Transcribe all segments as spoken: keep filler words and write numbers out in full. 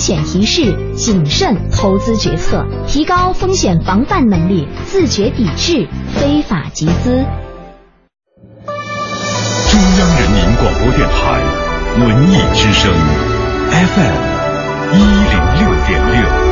险提示，谨慎投资决策，提高风险防范能力，自觉抵制非法集资。 中央人民广播电台文艺之声 F M 一零六点六。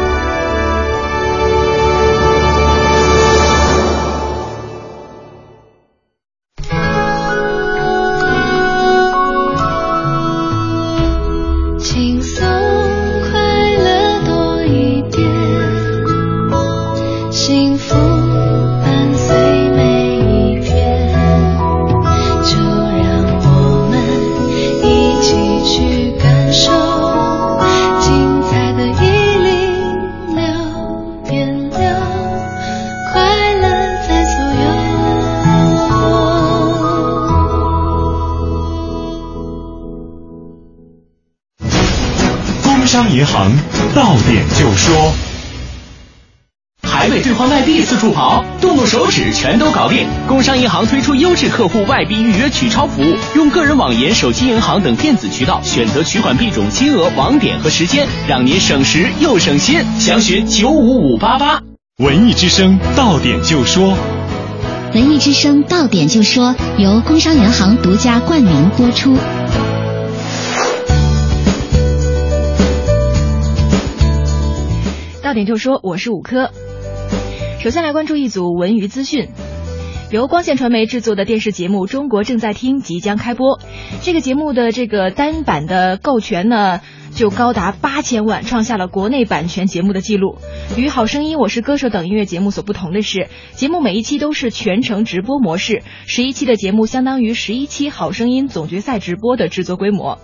银行到点就说，还未兑换外币四处跑，动动手指全都搞定。工商银行推出优质客户外币预约取钞服务，用个人网银、手机银行等电子渠道选择取款币种、金额、网点和时间，让您省时又省心。详询九五五八八。 文艺之声到点就说， 文艺之声到点就说由工商银行独家冠名播出。 到点就说，我是五科。首先来关注一组文娱资讯。由光线传媒制作的电视节目《中国正在听》即将开播。这个节目的这个单版的购权呢，就高达八千万，创下了国内版权节目的记录。与《好声音》《我是歌手》等音乐节目所不同的是，节目每一期都是全程直播模式，十一期的节目相当于十一期《好声音》总决赛直播的制作规模。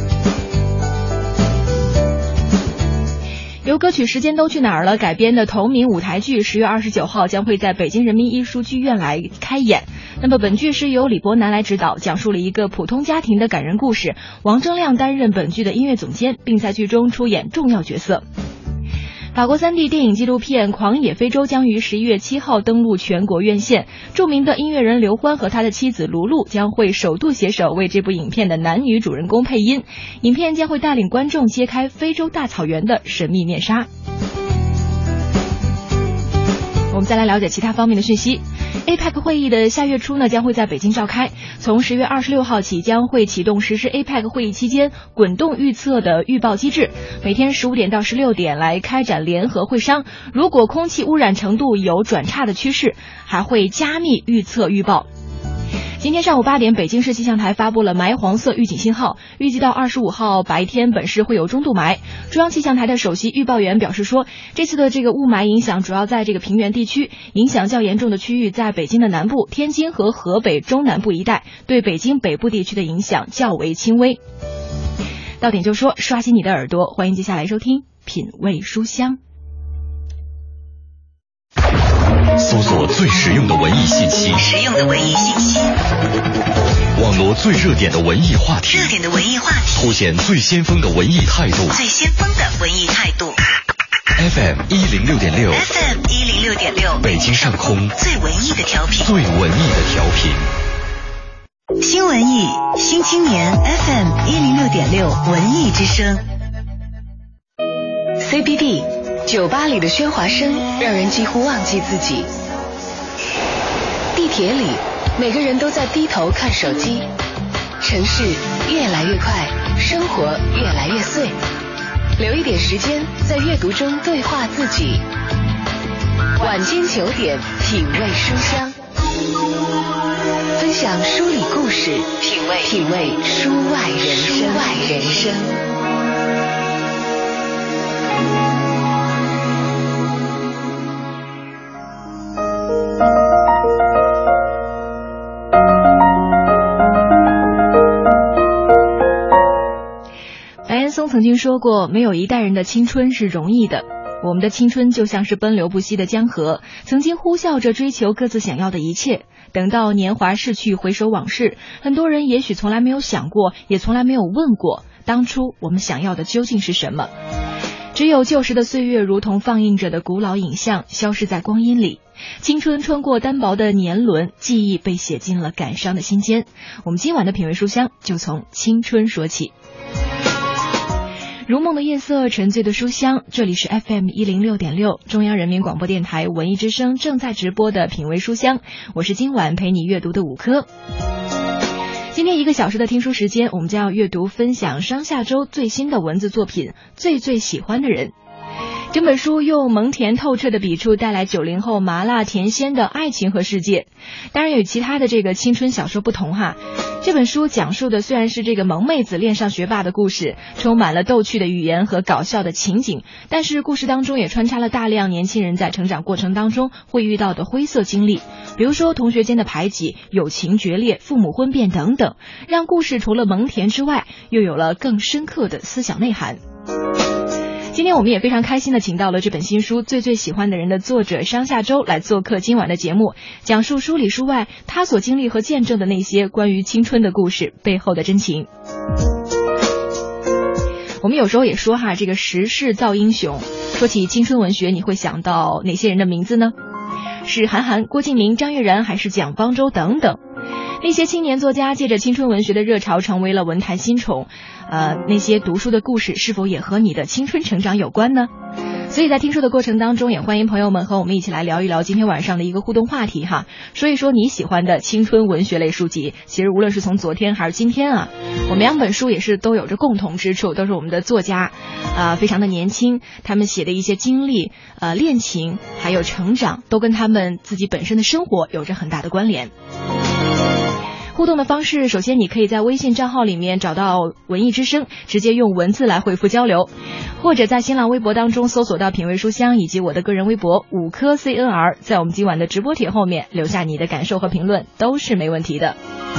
由歌曲《时间都去哪儿了》改编的同名舞台剧十月二十九号将会在北京人民艺术剧院来开演。那么本剧是由李伯南来指导，讲述了一个普通家庭的感人故事。王铮亮担任本剧的音乐总监，并在剧中出演重要角色。法国 三 D 电影纪录片《狂野非洲》将于十一月七号登陆全国院线。著名的音乐人刘欢和他的妻子卢璐将会首度携手为这部影片的男女主人公配音。影片将会带领观众揭开非洲大草原的神秘面纱。我们再来了解其他方面的讯息。A P E C 会议的下月初呢将会在北京召开，从十月二十六号起将会启动实施 A P E C 会议期间滚动预测的预报机制，每天十五点到十六点来开展联合会商，如果空气污染程度有转差的趋势，还会加密预测预报。今天上午八点，北京市气象台发布了霾黄色预警信号，预计到二十五号白天本市会有中度霾。中央气象台的首席预报员表示说，这次的这个雾霾影响主要在这个平原地区，影响较严重的区域在北京的南部、天津和河北中南部一带，对北京北部地区的影响较为轻微。到点就说，刷新你的耳朵，欢迎接下来收听品味书香。 搜索最实用的文艺信息， 实用的文艺信息， 网罗最热点的文艺话题， 热点的文艺话题， 凸显最先锋的文艺态度， 最先锋的文艺态度。 F M 一零六点六 ，F M 一零六点六， 北京上空最文艺的调频， 最文艺的调频。 新文艺新青年 F M 一零六点六文艺之声。C B D酒吧里的喧哗声让人几乎忘记自己。地铁里，每个人都在低头看手机。城市越来越快，生活越来越碎。留一点时间在阅读中对话自己。晚间九点，品味书香，分享书里故事，品味品味书外人生。书外人生。 白岩松曾经说过，没有一代人的青春是容易的。我们的青春就像是奔流不息的江河，曾经呼啸着追求各自想要的一切。等到年华逝去，回首往事，很多人也许从来没有想过，也从来没有问过，当初我们想要的究竟是什么。只有旧时的岁月如同放映着的古老影像，消失在光阴里。青春穿过单薄的年轮，记忆被写进了感伤的心间。我们今晚的品味书香就从青春说起。 如梦的夜色，沉醉的书香，这里是 F M 一零六点六，中央人民广播电台文艺之声正在直播的品味书香，我是今晚陪你阅读的五科。今天一个小时的听书时间，我们将要阅读分享商夏周最新的文字作品《最最喜欢的人》。整本书用萌甜透彻的笔触带来九零后麻辣甜鲜的爱情和世界。当然与其他的这个青春小说不同哈，这本书讲述的虽然是这个萌妹子恋上学霸的故事，充满了逗趣的语言和搞笑的情景，但是故事当中也穿插了大量年轻人在成长过程当中会遇到的灰色经历，比如说同学间的排挤、友情决裂、父母婚变等等，让故事除了萌甜之外，又有了更深刻的思想内涵。今天我们也非常开心的请到了这本新书《最最喜欢的人》的作者商夏周来做客今晚的节目，讲述书里书外他所经历和见证的那些关于青春的故事背后的真情。我们有时候也说哈，这个时势造英雄，说起青春文学，你会想到哪些人的名字呢？是韩寒、郭敬明、张悦然，还是蒋方舟等等？那些青年作家借着青春文学的热潮成为了文坛新宠，呃，那些读书的故事是否也和你的青春成长有关呢？所以在听书的过程当中，也欢迎朋友们和我们一起来聊一聊今天晚上的一个互动话题哈，说一说你喜欢的青春文学类书籍。其实无论是从昨天还是今天啊，我们两本书也是都有着共同之处，都是我们的作家啊、呃，非常的年轻，他们写的一些经历、呃恋情还有成长，都跟他们自己本身的生活有着很大的关联。互动的方式，首先你可以在微信账号里面找到文艺之声，直接用文字来回复交流，或者在新浪微博当中搜索到品味书香以及我的个人微博五科 C N R， 在我们今晚的直播帖后面留下你的感受和评论都是没问题的。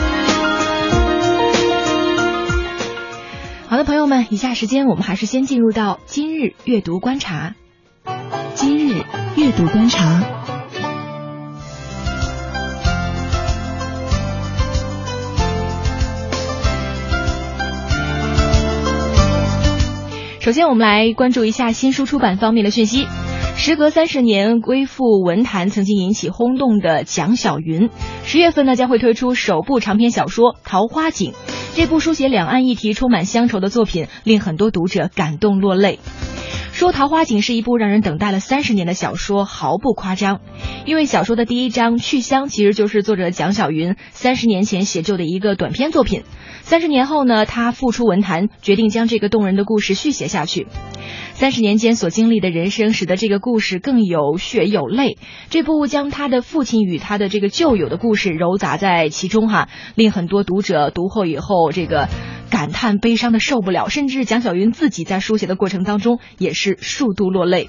好的朋友们，以下时间我们还是先进入到今日阅读观察。 今日阅读观察。 首先我们来关注一下新书出版方面的讯息。时隔三十年归附文坛，曾经引起轰动的蒋晓云，十月份呢将会推出首部长篇小说《桃花井》。这部书写两岸议题、充满乡愁的作品，令很多读者感动落泪。说《桃花井》是一部让人等待了三十年的小说，毫不夸张。因为小说的第一章《去乡》其实就是作者蒋晓云三十年前写就的一个短篇作品。三十年后呢，他复出文坛，决定将这个动人的故事续写下去。三十年间所经历的人生，使得这个故事更有血有泪。这部将他的父亲与他的这个旧友的故事糅杂在其中哈，令很多读者读后以后这个感叹悲伤的受不了，甚至蒋晓云自己在书写的过程当中也是数度落泪。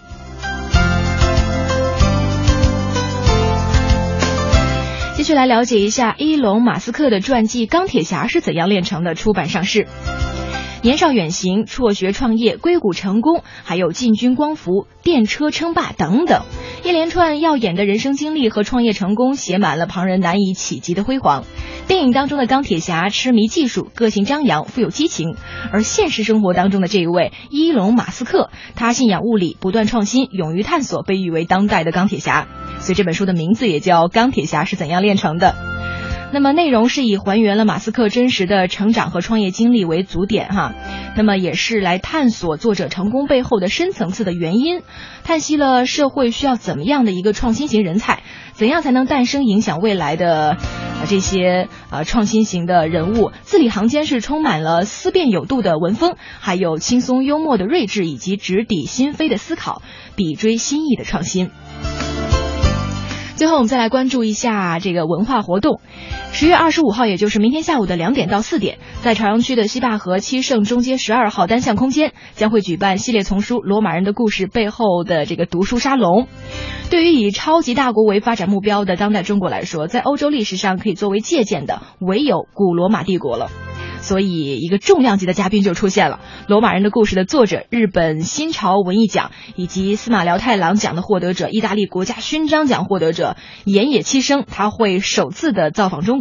继续来了解一下伊隆·马斯克的传记《钢铁侠》是怎样炼成的出版上市。年少远行、辍学创业、硅谷成功，还有进军光伏、电车称霸等等，一连串耀眼的人生经历和创业成功，写满了旁人难以企及的辉煌。电影当中的钢铁侠痴迷技术，个性张扬，富有激情，而现实生活当中的这一位伊隆·马斯克，他信仰物理，不断创新，勇于探索，被誉为当代的钢铁侠。所以这本书的名字也叫《钢铁侠是怎样炼成的》。那么内容是以还原了马斯克真实的成长和创业经历为主点哈，那么也是来探索作者成功背后的深层次的原因，叹息了社会需要怎么样的一个创新型人才，怎样才能诞生影响未来的呃这些呃创新型的人物，字里行间是充满了思辨有度的文风，还有轻松幽默的睿智以及直抵心扉的思考，笔追新意的创新。最后我们再来关注一下这个文化活动。十月二十五号，也就是明天下午的两点到四点，在朝阳区的西坝河七圣中街十二号单向空间将会举办系列丛书《罗马人的故事》背后的这个读书沙龙。对于以超级大国为发展目标的当代中国来说，在欧洲历史上可以作为借鉴的唯有古罗马帝国了。所以一个重量级的嘉宾就出现了，罗马人的故事的作者，日本新潮文艺奖以及司马辽太郎奖的获得者，意大利国家勋章奖获得者岩野七生，他会首次的造访中国。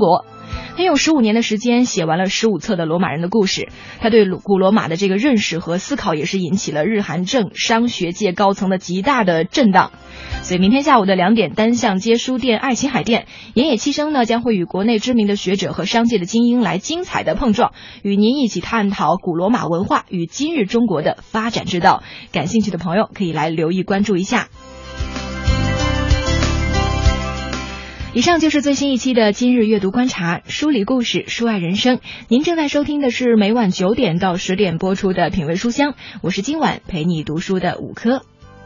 他用十五年的时间写完了十五册的罗马人的故事，他对古罗马的这个认识和思考也是引起了日韩政商学界高层的极大的震荡。所以明天下午的两点，单向街书店爱琴海店，岩野七生呢将会与国内知名的学者和商界的精英来精彩的碰撞，与您一起探讨古罗马文化与今日中国的发展之道。感兴趣的朋友可以来留意关注一下。以上就是最新一期的今日阅读观察，书里故事，书爱人生。您正在收听的是每晚九点到十点播出的品味书香，我是今晚陪你读书的五科。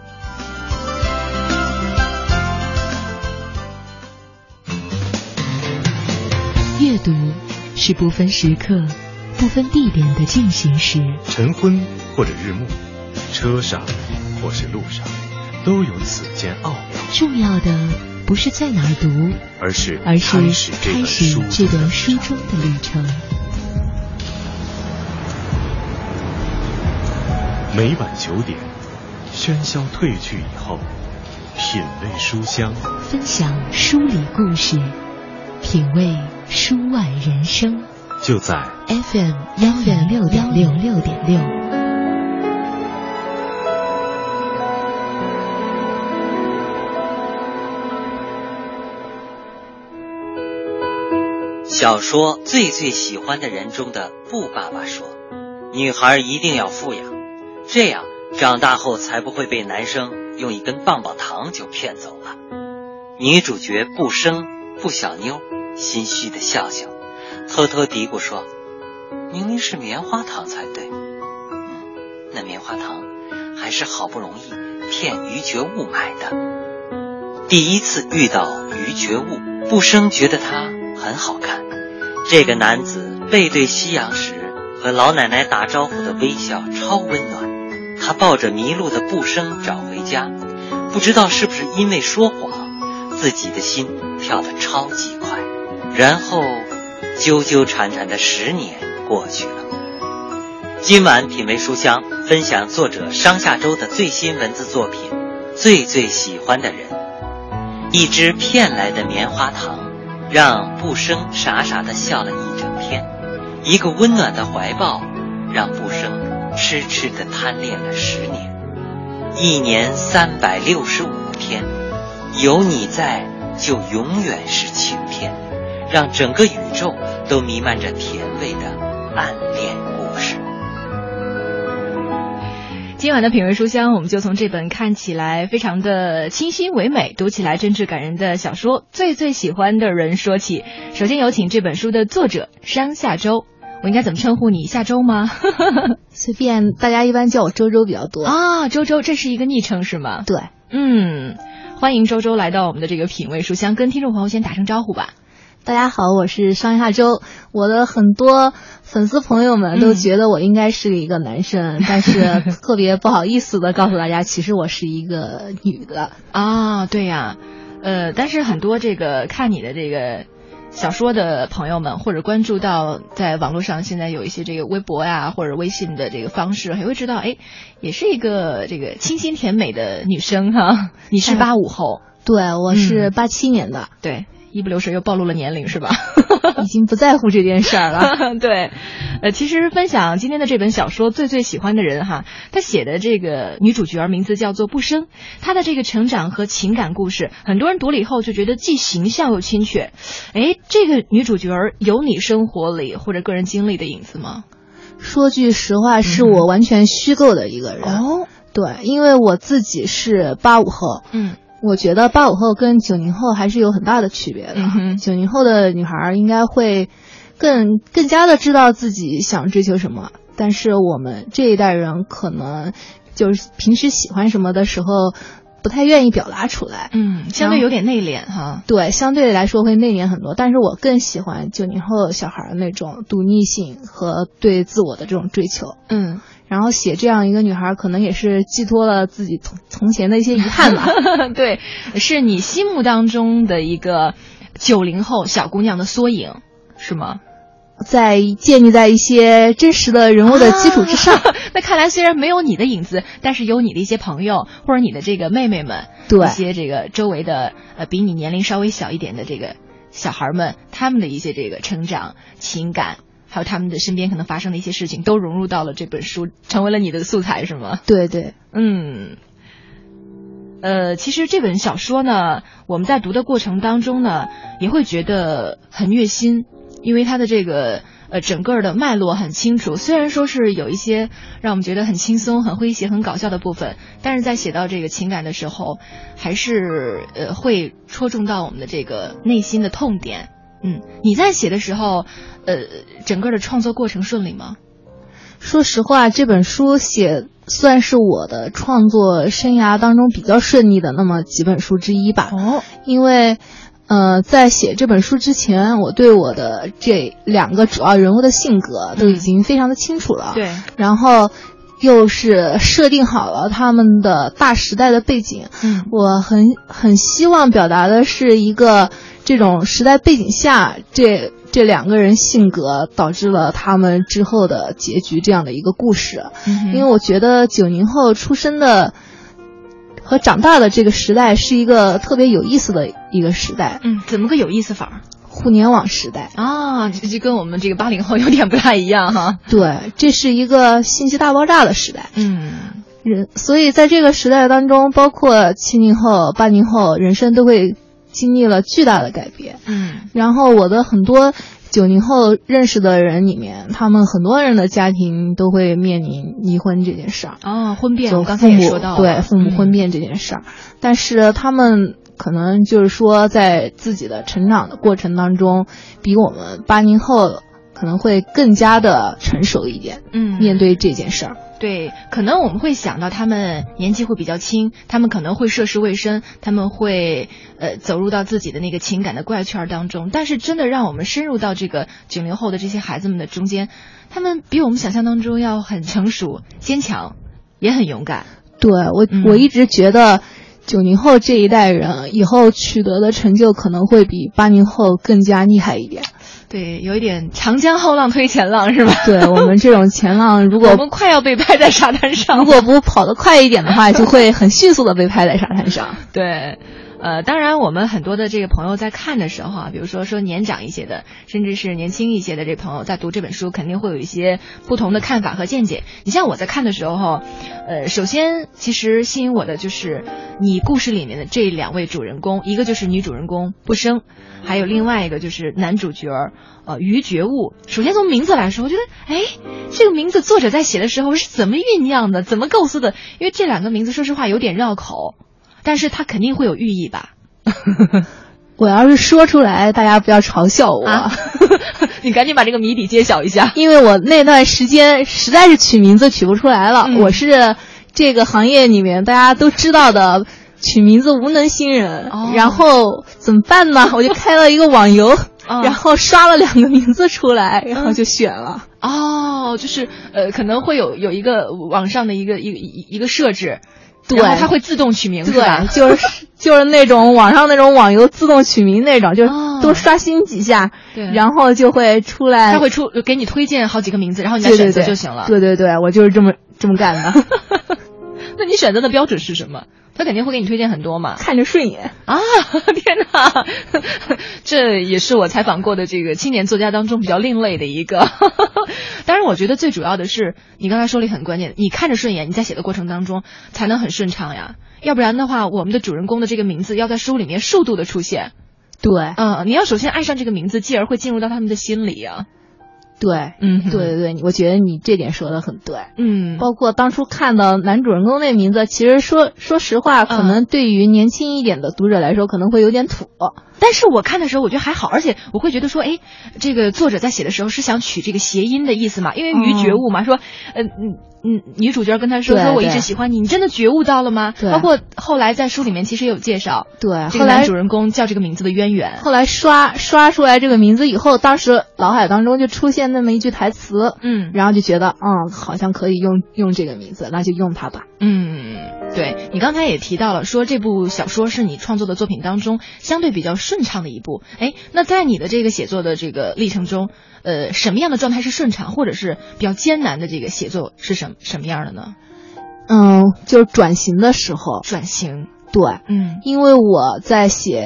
阅读是不分时刻、不分地点的进行时。 晨昏或者日暮，车上或是路上，都有此间奥妙。 重要的不是在哪儿读， 而是而是开始这开始这段书中的旅程。 每晚九点，喧嚣褪去以后，品味书香， 分享书里故事，品味书外人生。 就在 F M 幺零六点六六点六。 小说最最喜欢的人中的布爸爸说，女孩一定要富养，这样长大后才不会被男生用一根棒棒糖就骗走了。女主角不生不小妞心虚的笑笑，偷偷嘀咕说，明明是棉花糖才对。嗯，那棉花糖还是好不容易骗于觉悟买的。第一次遇到于觉悟，不生觉得他很好看，这个男子背对夕阳时和老奶奶打招呼的微笑超温暖。他抱着迷路的不生找回家，不知道是不是因为说谎，自己的心跳得超级快，然后纠纠缠缠的十年过去了。今晚品味书香分享作者商夏周的最新文字作品《最最喜欢的人》。一只骗来的棉花糖让不生傻傻地笑了一整天，一个温暖的怀抱让不生痴痴地贪恋了十年。一年三百六十五天，有你在就永远是晴天，让整个宇宙都弥漫着甜味的暗恋故事。 今晚的品味书香，我们就从这本看起来非常的清新唯美，读起来真挚感人的小说《最最喜欢的人》说起。首先有请这本书的作者商夏周，我应该怎么称呼你？夏周吗？ 随便，大家一般叫我周周比较多啊。周周，这是一个昵称是吗？ 对， 嗯，欢迎周周来到我们的这个品味书香，跟听众朋友先打声招呼吧。 大家好，我是商夏周。我的很多粉丝朋友们都觉得我应该是一个男生，嗯、但是特别不好意思的告诉大家，其实我是一个女的啊。对呀，呃，但是很多这个看你的这个小说的朋友们，或者关注到在网络上现在有一些这个微博呀或者微信的这个方式，也会知道，哎，也是一个这个清新甜美的女生哈。你是八五后？ 对，我是八七年的。 嗯、对。一不留神又暴露了年龄是吧？ 已经不在乎这件事儿了。 对，呃，其实分享今天的这本小说《最最喜欢的人》哈，他写的这个女主角名字叫做不生，她的这个成长和情感故事，很多人读了以后就觉得既形象又亲切。哎，这个女主角有你生活里或者个人经历的影子吗？ 说句实话，是我完全虚构的一个人。哦、嗯，对，因为我自己是八五后。嗯。我觉得八五后跟九零后还是有很大的区别的。九零、嗯、后的女孩应该会更更加的知道自己想追求什么，但是我们这一代人可能就是平时喜欢什么的时候不太愿意表达出来， 嗯，相对有点内敛哈。 对，相对来说会内敛很多，但是我更喜欢九零后小孩那种独立性和对自我的这种追求。嗯。然后写这样一个女孩，可能也是寄托了自己从从前的一些遗憾吧。 对，是你心目当中的一个九零后小姑娘的缩影，是吗？ 在建立在一些真实的人物的基础之上。 啊、那看来虽然没有你的影子，但是有你的一些朋友或者你的这个妹妹们， 对一些这个周围的呃比你年龄稍微小一点的这个小孩们他们的一些这个成长情感，还有他们的身边可能发生的一些事情，都融入到了这本书，成为了你的素材，是吗？ 对对， 嗯。呃，其实这本小说呢，我们在读的过程当中呢，也会觉得很虐心，因为它的这个呃整个的脉络很清楚。虽然说是有一些让我们觉得很轻松、很诙谐、很搞笑的部分，但是在写到这个情感的时候，还是呃会戳中到我们的这个内心的痛点。嗯，你在写的时候，呃，整个的创作过程顺利吗？ 说实话，这本书写算是我的创作生涯当中比较顺利的那么几本书之一吧。 哦， 因为呃，在写这本书之前，我对我的这两个主要人物的性格都已经非常的清楚了。 对、嗯， 然后又是设定好了他们的大时代的背景。 嗯， 我很很希望表达的是一个这种时代背景下这。这两个人性格导致了他们之后的结局这样的一个故事。 嗯、 因为我觉得九零后出生的和长大的这个时代是一个特别有意思的一个时代。 嗯，怎么个有意思法？ 互联网时代啊，这就跟我们这个八零后有点不太一样哈。 对，这是一个信息大爆炸的时代。 嗯， 人所以在这个时代当中，包括七零后、八零后，人生都会经历了巨大的改变。 嗯， 然后我的很多九零后认识的人里面，他们很多人的家庭都会面临离婚这件事儿。 哦，婚变， 我刚才也说到了， 对，父母婚变这件事儿、嗯。但是他们可能就是说，在自己的成长的过程当中，比我们八零后可能会更加的成熟一点。 嗯， 面对这件事儿。 对，可能我们会想到他们年纪会比较轻，他们可能会涉世未深，他们会呃走入到自己的那个情感的怪圈当中。但是真的让我们深入到这个九零后的这些孩子们的中间，他们比我们想象当中要很成熟、坚强，也很勇敢。 对，我、嗯、我一直觉得九零后这一代人以后取得的成就可能会比八零后更加厉害一点。 对，有一点长江后浪推前浪是吧？ 对，我们这种前浪，如果我们快要被拍在沙滩上， 如果不跑得快一点的话，就会很迅速的被拍在沙滩上。 对。呃，当然，我们很多的这个朋友在看的时候啊，比如说说年长一些的，甚至是年轻一些的这朋友，在读这本书，肯定会有一些不同的看法和见解。你像我在看的时候，呃，首先其实吸引我的就是你故事里面的这两位主人公，一个就是女主人公不生，还有另外一个就是男主角呃于觉悟。首先从名字来说，我觉得，哎，这个名字作者在写的时候是怎么酝酿的，怎么构思的？因为这两个名字说实话有点绕口。但是它肯定会有寓意吧？ 我要是说出来，大家不要嘲笑我。 啊、你赶紧把这个谜底揭晓一下， 因为我那段时间实在是取名字取不出来了。嗯、我是这个行业里面大家都知道的取名字无能新人，哦、然后怎么办呢？我就开了一个网游，哦、然后刷了两个名字出来，然后就选了。 哦，就是呃，可能会有有一个网上的一个一个一一个设置。 对， 然后它会自动取名， 对， 吧就是就是那种网上那种网游自动取名那种，就是多刷新几下， 对、 哦，然后就会出来， 它会出给你推荐好几个名字，然后你再选择就行了。 对对 对, 对, 对, 对，我就是这么这么干的。 那你选择的标准是什么？他肯定会给你推荐很多嘛， 看着顺眼啊！天哪，这也是我采访过的这个青年作家当中比较另类的一个。当然，我觉得最主要的是你刚才说的很关键，你看着顺眼，你在写的过程当中才能很顺畅呀。要不然的话，我们的主人公的这个名字要在书里面数度的出现。 对， 嗯，你要首先爱上这个名字，继而会进入到他们的心里啊。 对， 嗯， 对对对，我觉得你这点说的很对， 嗯， 包括当初看到男主人公那名字，其实说说实话，可能对于年轻一点的读者来说，可能会有点土。 但是我看的时候，我觉得还好，而且我会觉得说，哎，这个作者在写的时候是想取这个谐音的意思嘛，因为于觉悟嘛，嗯、说，呃，嗯嗯，女主角跟他说，说我一直喜欢你，你真的觉悟到了吗？包括后来在书里面其实也有介绍， 对， 这个男主人公叫这个名字的渊源。 后来刷刷出来这个名字以后，当时脑海当中就出现那么一句台词， 嗯， 然后就觉得，嗯，好像可以用用这个名字，那就用它吧。 嗯，对，你刚才也提到了，说这部小说是你创作的作品当中相对比较顺畅的一部。哎，那在你的这个写作的这个历程中，呃，什么样的状态是顺畅，或者是比较艰难的这个写作是什么什么样的呢？ 嗯，就是转型的时候。 转型， 对， 嗯， 因为我在写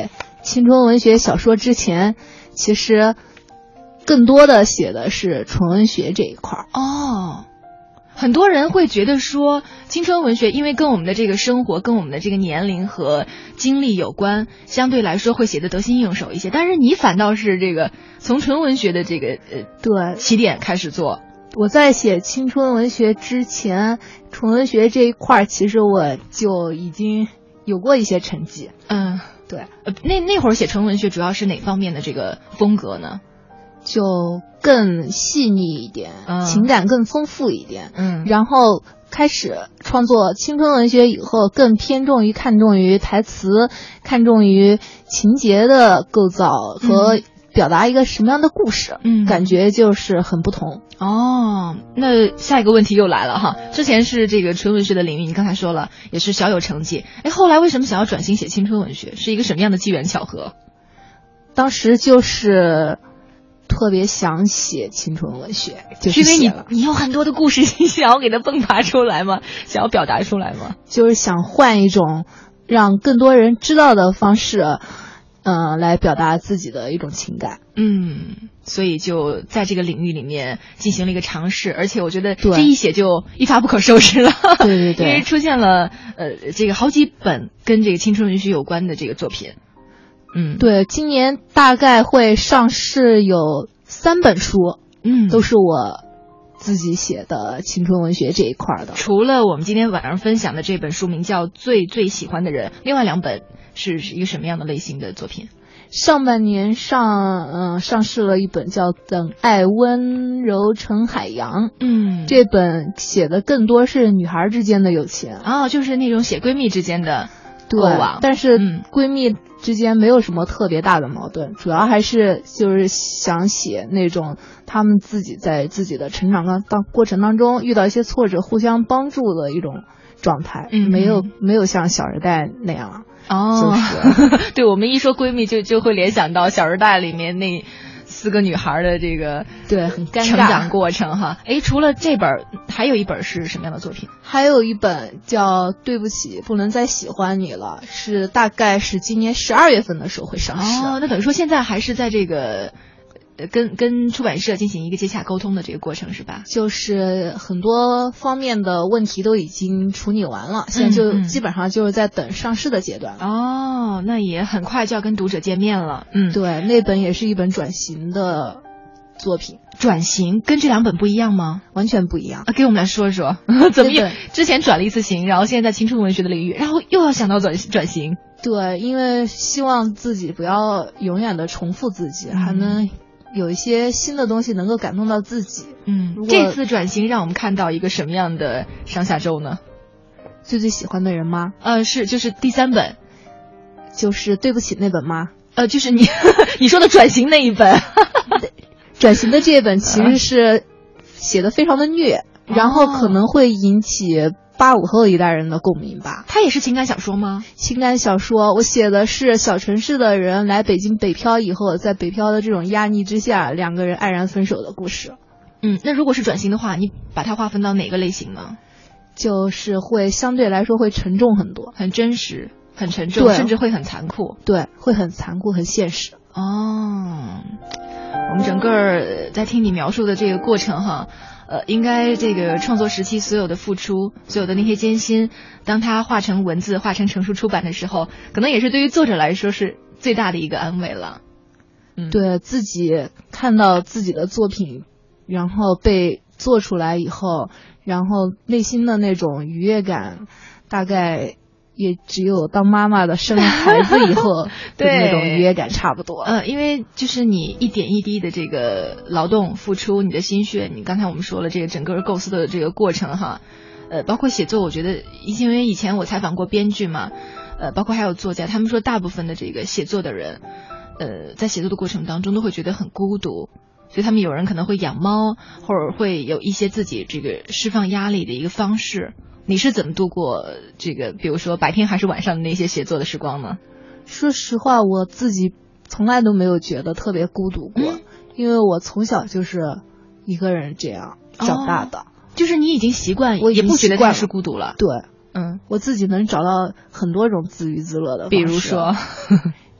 青春文学小说之前，其实更多的写的是纯文学这一块。 哦，很多人会觉得说青春文学因为跟我们的这个生活跟我们的这个年龄和经历有关，相对来说会写得得心应手一些，但是你反倒是这个从纯文学的这个呃对起点开始做。 我在写青春文学之前，纯文学这一块其实我就已经有过一些成绩。 嗯， 对。 呃，那那会儿写纯文学主要是哪方面的这个风格呢？ 就更细腻一点，嗯、情感更丰富一点。 嗯， 然后开始创作青春文学以后，更偏重于看重于台词，看重于情节的构造和表达一个什么样的故事。 嗯， 感觉就是很不同。 哦，那下一个问题又来了哈。之前是这个纯文学的领域，你刚才说了也是小有成绩，哎，后来为什么想要转型写青春文学？是一个什么样的机缘巧合？ 当时就是特别想写青春文学，就是因为你你有很多的故事，你想要给它迸发出来吗？想要表达出来吗？ 就是想换一种让更多人知道的方式，嗯、呃，来表达自己的一种情感。 嗯，所以就在这个领域里面进行了一个尝试，而且我觉得这一写就一发不可收拾了。 对对对， 因为出现了呃这个好几本跟这个青春文学有关的这个作品。嗯， 对，今年大概会上市有三本书， 嗯， 都是我自己写的青春文学这一块的。 除了我们今天晚上分享的这本书名叫《最最喜欢的人》，另外两本是一个什么样的类型的作品？ 上半年上嗯、呃、上市了一本叫《等爱温柔成海洋》， 嗯， 这本写的更多是女孩之间的友情， 哦，就是那种写闺蜜之间的。 对，但是闺蜜之间没有什么特别大的矛盾，嗯、主要还是就是想写那种他们自己在自己的成长当当过程当中遇到一些挫折，互相帮助的一种状态， 嗯， 没有没有像《小时代》那样。 哦，就是，对，我们一说闺蜜就就会联想到《小时代》里面那四个女孩的这个对很尴尬成长过程哈。哎，除了这本，还有一本是什么样的作品？ 还有一本叫《对不起，不能再喜欢你了》，是大概是今年十二月份的时候会上市。 哦，那等于说现在还是在这个。呃，跟跟出版社进行一个接洽沟通的这个过程是吧？ 就是很多方面的问题都已经处理完了，现在就基本上就是在等上市的阶段。 哦，那也很快就要跟读者见面了。嗯， 对，那本也是一本转型的作品。 转型跟这两本不一样吗？ 完全不一样啊！给我们来说说，怎么也之前转了一次型，然后现在在青春文学的领域，然后又要想到转转型。 对，因为希望自己不要永远的重复自己，嗯、还能有一些新的东西能够感动到自己。 嗯，这次转型让我们看到一个什么样的上下周呢？ 最最喜欢的人吗？ 呃，是，就是第三本， 就是对不起那本吗？ 呃，就是你你说的转型那一本。 转型的这本其实是写的非常的虐，哦、然后可能会引起八五后一代人的共鸣吧。 它也是情感小说吗？ 情感小说，我写的是小城市的人来北京北漂以后，在北漂的这种压力之下，两个人黯然分手的故事。 嗯，那如果是转型的话，你把它划分到哪个类型呢？ 就是会相对来说会沉重很多， 很真实，很沉重，甚至会很残酷。 对，会很残酷，很现实。 哦，我们整个在听你描述的这个过程哈。呃，应该这个创作时期所有的付出，所有的那些艰辛，当它化成文字，化成成书出版的时候，可能也是对于作者来说是最大的一个安慰了。 嗯，对，自己看到自己的作品，然后被做出来以后，然后内心的那种愉悦感，大概也只有当妈妈的生了孩子以后的那种愉悦感差不多。 嗯，因为就是你一点一滴的这个劳动付出，你的心血，你刚才我们说了这个整个构思的这个过程哈，呃，包括写作，我觉得因为以前我采访过编剧嘛，呃，包括还有作家，他们说大部分的这个写作的人，呃，在写作的过程当中都会觉得很孤独。所以他们有人可能会养猫，或者会有一些自己这个释放压力的一个方式。你是怎么度过这个比如说白天还是晚上的那些写作的时光呢？ 说实话，我自己从来都没有觉得特别孤独过，嗯、因为我从小就是一个人这样长大的。 哦、就是你已经习惯， 我也不觉得它是孤独了。 对， 嗯， 我自己能找到很多种自娱自乐的方式。 比如说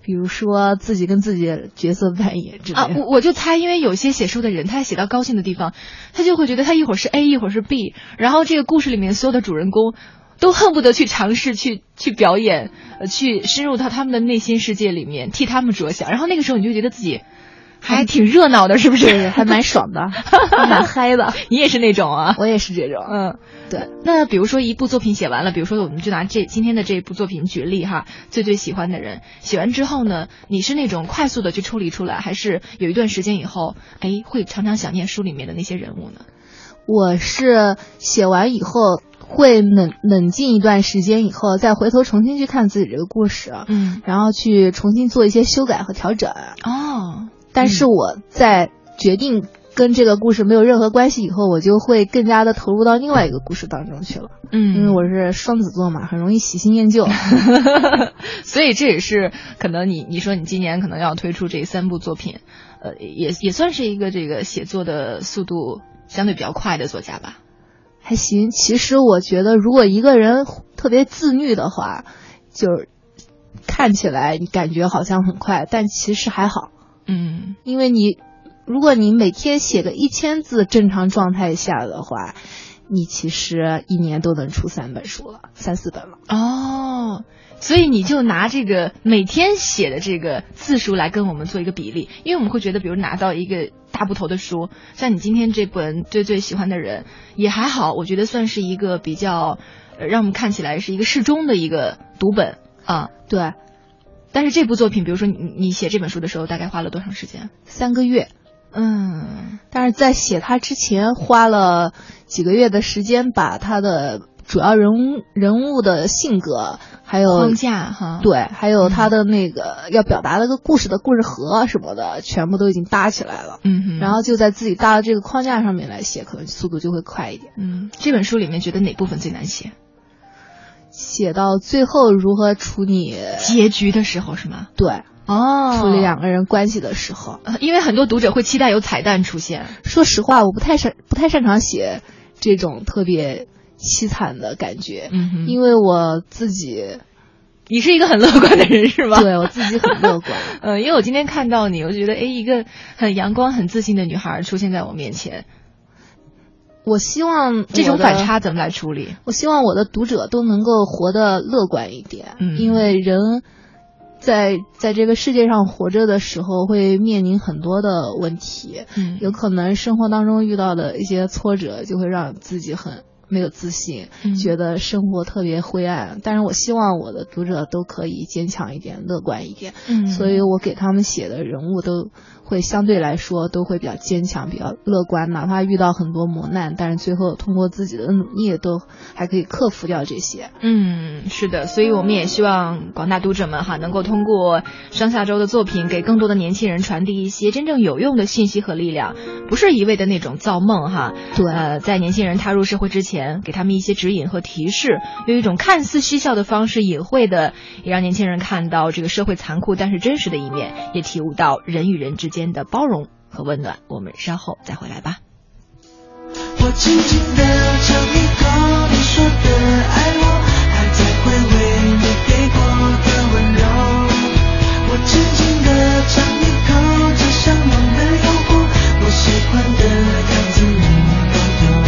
比如说自己跟自己的角色扮演之类的啊，我我就猜，因为有些写书的人，他写到高兴的地方，他就会觉得他一会儿是 A， 一会儿是 B， 然后这个故事里面所有的主人公都恨不得去尝试去去表演，呃，去深入到他们的内心世界里面，替他们着想，然后那个时候你就觉得自己还挺热闹的，是不是？ 对，还蛮爽的，蛮嗨的。 你也是那种啊？ 我也是这种。 嗯， 对。 那比如说一部作品写完了，比如说我们就拿这今天的这部作品举例哈，最最喜欢的人，写完之后呢，你是那种快速的去抽离出来，还是有一段时间以后，哎，会常常想念书里面的那些人物呢？ 我是写完以后会冷冷静一段时间以后，再回头重新去看自己这个故事， 嗯， 然后去重新做一些修改和调整。 哦。 但是我在决定跟这个故事没有任何关系以后，我就会更加的投入到另外一个故事当中去了。 嗯， 因为我是双子座嘛，很容易喜新厌旧。 所以这也是可能你你说你今年可能要推出这三部作品，呃，也也算是一个这个写作的速度相对比较快的作家吧。 还行，其实我觉得如果一个人特别自律的话，就是看起来你感觉好像很快，但其实还好。 嗯， 因为你如果你每天写个一千字正常状态下的话，你其实一年都能出三本书了，三四本了。 哦，所以你就拿这个每天写的这个字数来跟我们做一个比例，因为我们会觉得比如拿到一个大部头的书，像你今天这本最最喜欢的人也还好，我觉得算是一个比较呃让我们看起来是一个适中的一个读本啊。 对。 但是这部作品，比如说你你写这本书的时候，大概花了多长时间？ 三个月。 嗯， 但是在写它之前，花了几个月的时间，把它的主要人物人物的性格，还有框架哈， 对，还有他的那个、嗯、要表达的个故事的故事盒什么的，全部都已经搭起来了。 嗯哼， 然后就在自己搭的这个框架上面来写，可能速度就会快一点。 嗯，这本书里面觉得哪部分最难写？ 写到最后如何处理结局的时候是吗？ 对。 哦， 处理两个人关系的时候， 因为很多读者会期待有彩蛋出现。 说实话，我不太擅不太擅长写这种特别凄惨的感觉， 嗯哼， 因为我自己， 你是一个很乐观的人是吧？ 对，我自己很乐观。 呃，因为我今天看到你，我觉得哎，一个很阳光、很自信的女孩出现在我面前。 我希望这种反差怎么来处理？ 我希望我的读者都能够活得乐观一点， 嗯， 因为人在在这个世界上活着的时候会面临很多的问题， 嗯， 有可能生活当中遇到的一些挫折就会让自己很没有自信， 嗯， 觉得生活特别灰暗。但是我希望我的读者都可以坚强一点，乐观一点， 嗯， 所以我给他们写的人物都会相对来说都会比较坚强，比较乐观，哪怕遇到很多磨难，但是最后通过自己的努力都还可以克服掉这些。 嗯，是的，所以我们也希望广大读者们哈，能够通过上下周的作品，给更多的年轻人传递一些真正有用的信息和力量，不是一味的那种造梦哈。 对， 呃，在年轻人踏入社会之前，给他们一些指引和提示，用一种看似嬉笑的方式，隐晦的也让年轻人看到这个社会残酷但是真实的一面，也体悟到人与人之间的包容和温暖。我们稍后再回来吧。 我轻轻地尝一口你说的爱我，还在回味你给过的温柔。我轻轻地尝一口这向往的诱惑，我喜欢的样子你都有。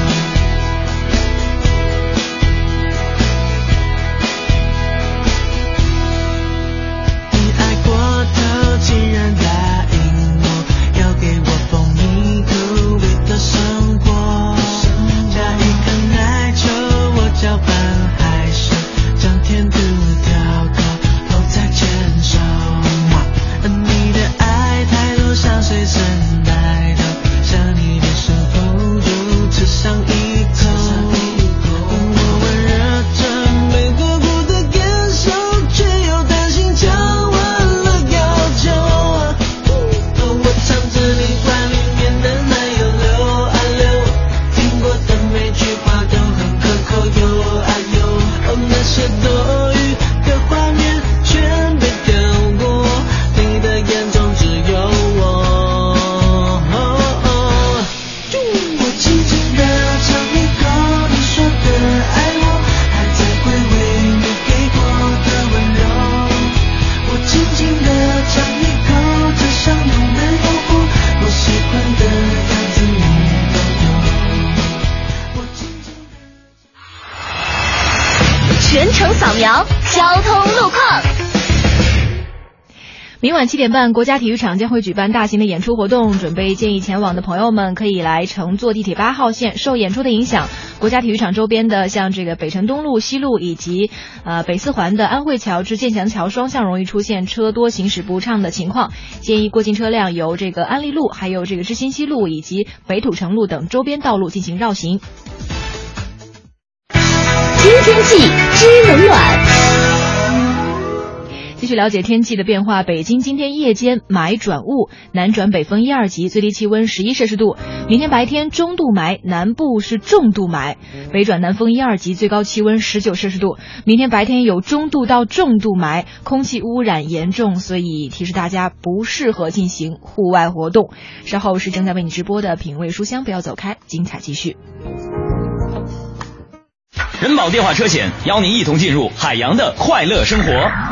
你爱过头，竟然答应我要给我蜂蜜苦味的生活，加一颗奶球，我搅拌全程扫描交通路况。 明晚七点半，国家体育场将会举办大型的演出活动，准备建议前往的朋友们可以来乘坐地铁八号线。受演出的影响，国家体育场周边的像这个北辰东路、西路以及呃北四环的安慧桥至建祥桥双向容易出现车多行驶不畅的情况，建议过境车辆由这个安利路、还有这个知新西路以及北土城路等周边道路进行绕行。 知天气，知冷暖。 继续了解天气的变化，北京今天夜间霾转雾，南转北风一二级，最低气温十一摄氏度。明天白天中度霾，南部是重度霾，北转南风一二级，最高气温十九摄氏度。明天白天有中度到重度霾，空气污染严重，所以提示大家不适合进行户外活动。稍后是正在为你直播的品味书香，不要走开，精彩继续。 人保电话车险邀您一同进入海洋的快乐生活。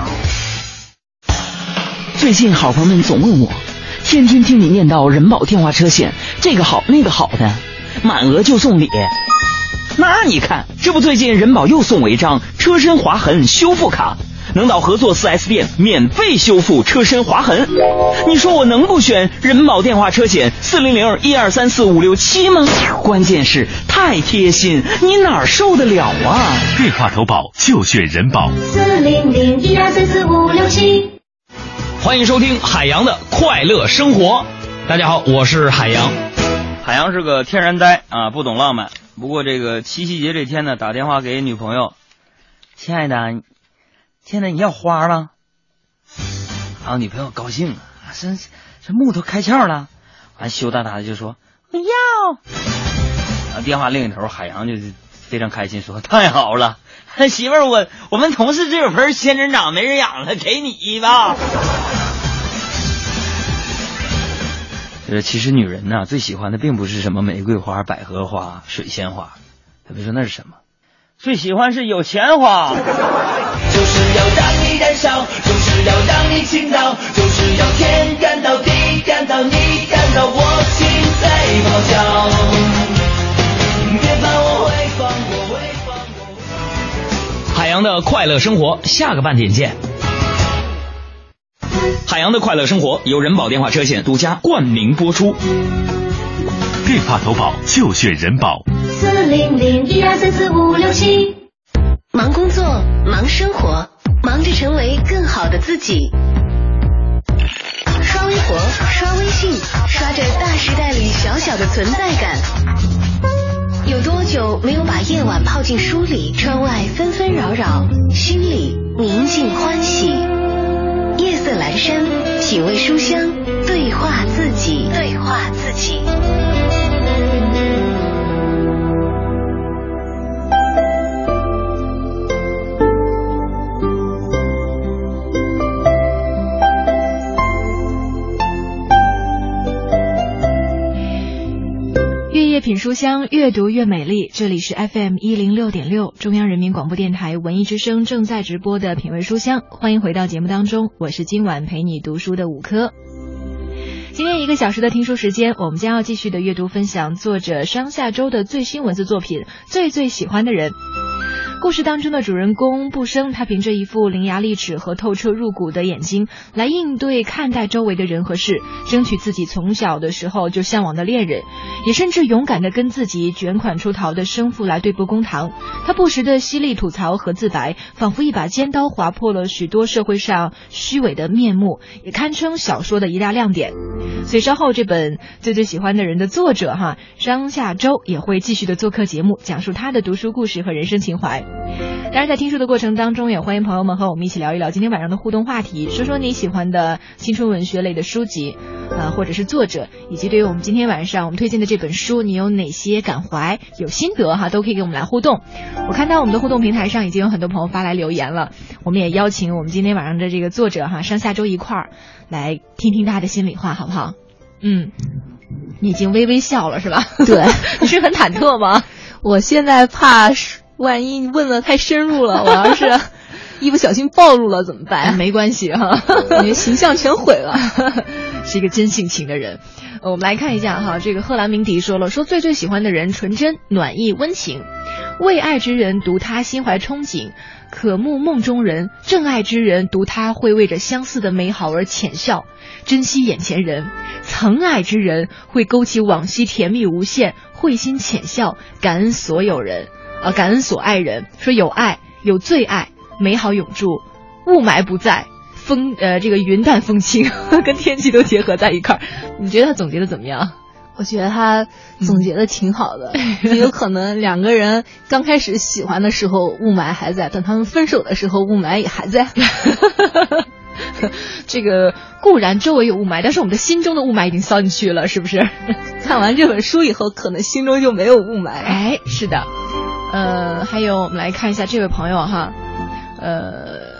最近好朋友们总问我，天天听你念叨人保电话车险这个好那个好的，满额就送礼。那你看，这不最近人保又送我一张车身划痕修复卡，能到合作 四 S 店免费修复车身划痕。你说我能不选人保电话车险四零零一二三四五六七吗？关键是太贴心，你哪受得了啊？ 电话投保就选人保四零零一二三四五六七。 欢迎收听海洋的快乐生活。大家好，我是海洋。 海洋是个天然呆啊，不懂浪漫。不过这个七夕节这天呢，打电话给女朋友，亲爱的，亲爱的，你要花了？然后女朋友高兴了，这这木头开窍了，完羞答答的就说我要。然后电话另一头，海洋就非常开心说太好了，媳妇儿，我我们同事这有盆仙人掌没人养了，给你吧。呃，其实女人呢、啊、最喜欢的并不是什么玫瑰花、百合花、水仙花，她别说那是什么，最喜欢是有钱花。 就是要让你燃烧，就是要让你倾倒，就是要天干到地干到你干到我心在咆哮。别把我回放，我回放，我回放。 海洋的快乐生活，下个半点见。海洋的快乐生活由人保电话车险独家冠名播出。 电话投保就选人保四零零一二三四五六七。 忙工作，忙生活，忙着成为更好的自己。刷微博，刷微信，刷着大时代里小小的存在感。有多久没有把夜晚泡进书里？窗外纷纷扰扰，心里宁静欢喜。夜色阑珊，品味书香，对话自己，对话自己。 夜品书香，越读越美丽。这里是 F M 一零六点六，中央人民广播电台文艺之声正在直播的品味书香，欢迎回到节目当中，我是今晚陪你读书的五科。今天一个小时的听书时间，我们将要继续的阅读分享作者商夏周的最新文字作品《最最喜欢的人》。故事当中的主人公布生，他凭着一副伶牙俐齿和透彻入骨的眼睛来应对看待周围的人和事，争取自己从小的时候就向往的恋人，也甚至勇敢地跟自己卷款出逃的生父来对簿公堂。他不时的犀利吐槽和自白，仿佛一把尖刀划破了许多社会上虚伪的面目，也堪称小说的一大亮点。所以稍后这本最最喜欢的人的作者哈商夏周也会继续的做客节目，讲述他的读书故事和人生情怀。当然在听书的过程当中，也欢迎朋友们和我们一起聊一聊今天晚上的互动话题，说说你喜欢的青春文学类的书籍呃，或者是作者，以及对于我们今天晚上我们推荐的这本书你有哪些感怀有心得哈，都可以给我们来互动。我看到我们的互动平台上已经有很多朋友发来留言了，我们也邀请我们今天晚上的这个作者哈商夏周一块儿来听听他的心里话，好不好？嗯，你已经微微笑了是吧？ 对。 你是很忐忑吗？ 我现在怕万一问的太深入了，我要是一不小心暴露了怎么办？ 没关系哈， 你的形象全毁了。 是一个真性情的人。呃、我们来看一下哈，这个赫兰明迪说了，说最最喜欢的人纯真、暖意、温情。 为爱之人读他心怀憧憬，渴慕梦中人；正爱之人读他会为着相似的美好而浅笑，珍惜眼前人；曾爱之人会勾起往昔甜蜜无限，会心浅笑，感恩所有人，呃，感恩所爱人。说有爱，有最爱，美好永驻，雾霾不在。风呃，这个云淡风轻，跟天气都结合在一块儿。你觉得他总结的怎么样？ 我觉得他总结的挺好的，也、嗯、有可能两个人刚开始喜欢的时候雾霾还在，等他们分手的时候雾霾也还在。 这个固然周围有雾霾，但是我们的心中的雾霾已经散去了，是不是？ 看完这本书以后，可能心中就没有雾霾。 哎，是的。呃，还有我们来看一下这位朋友哈，呃。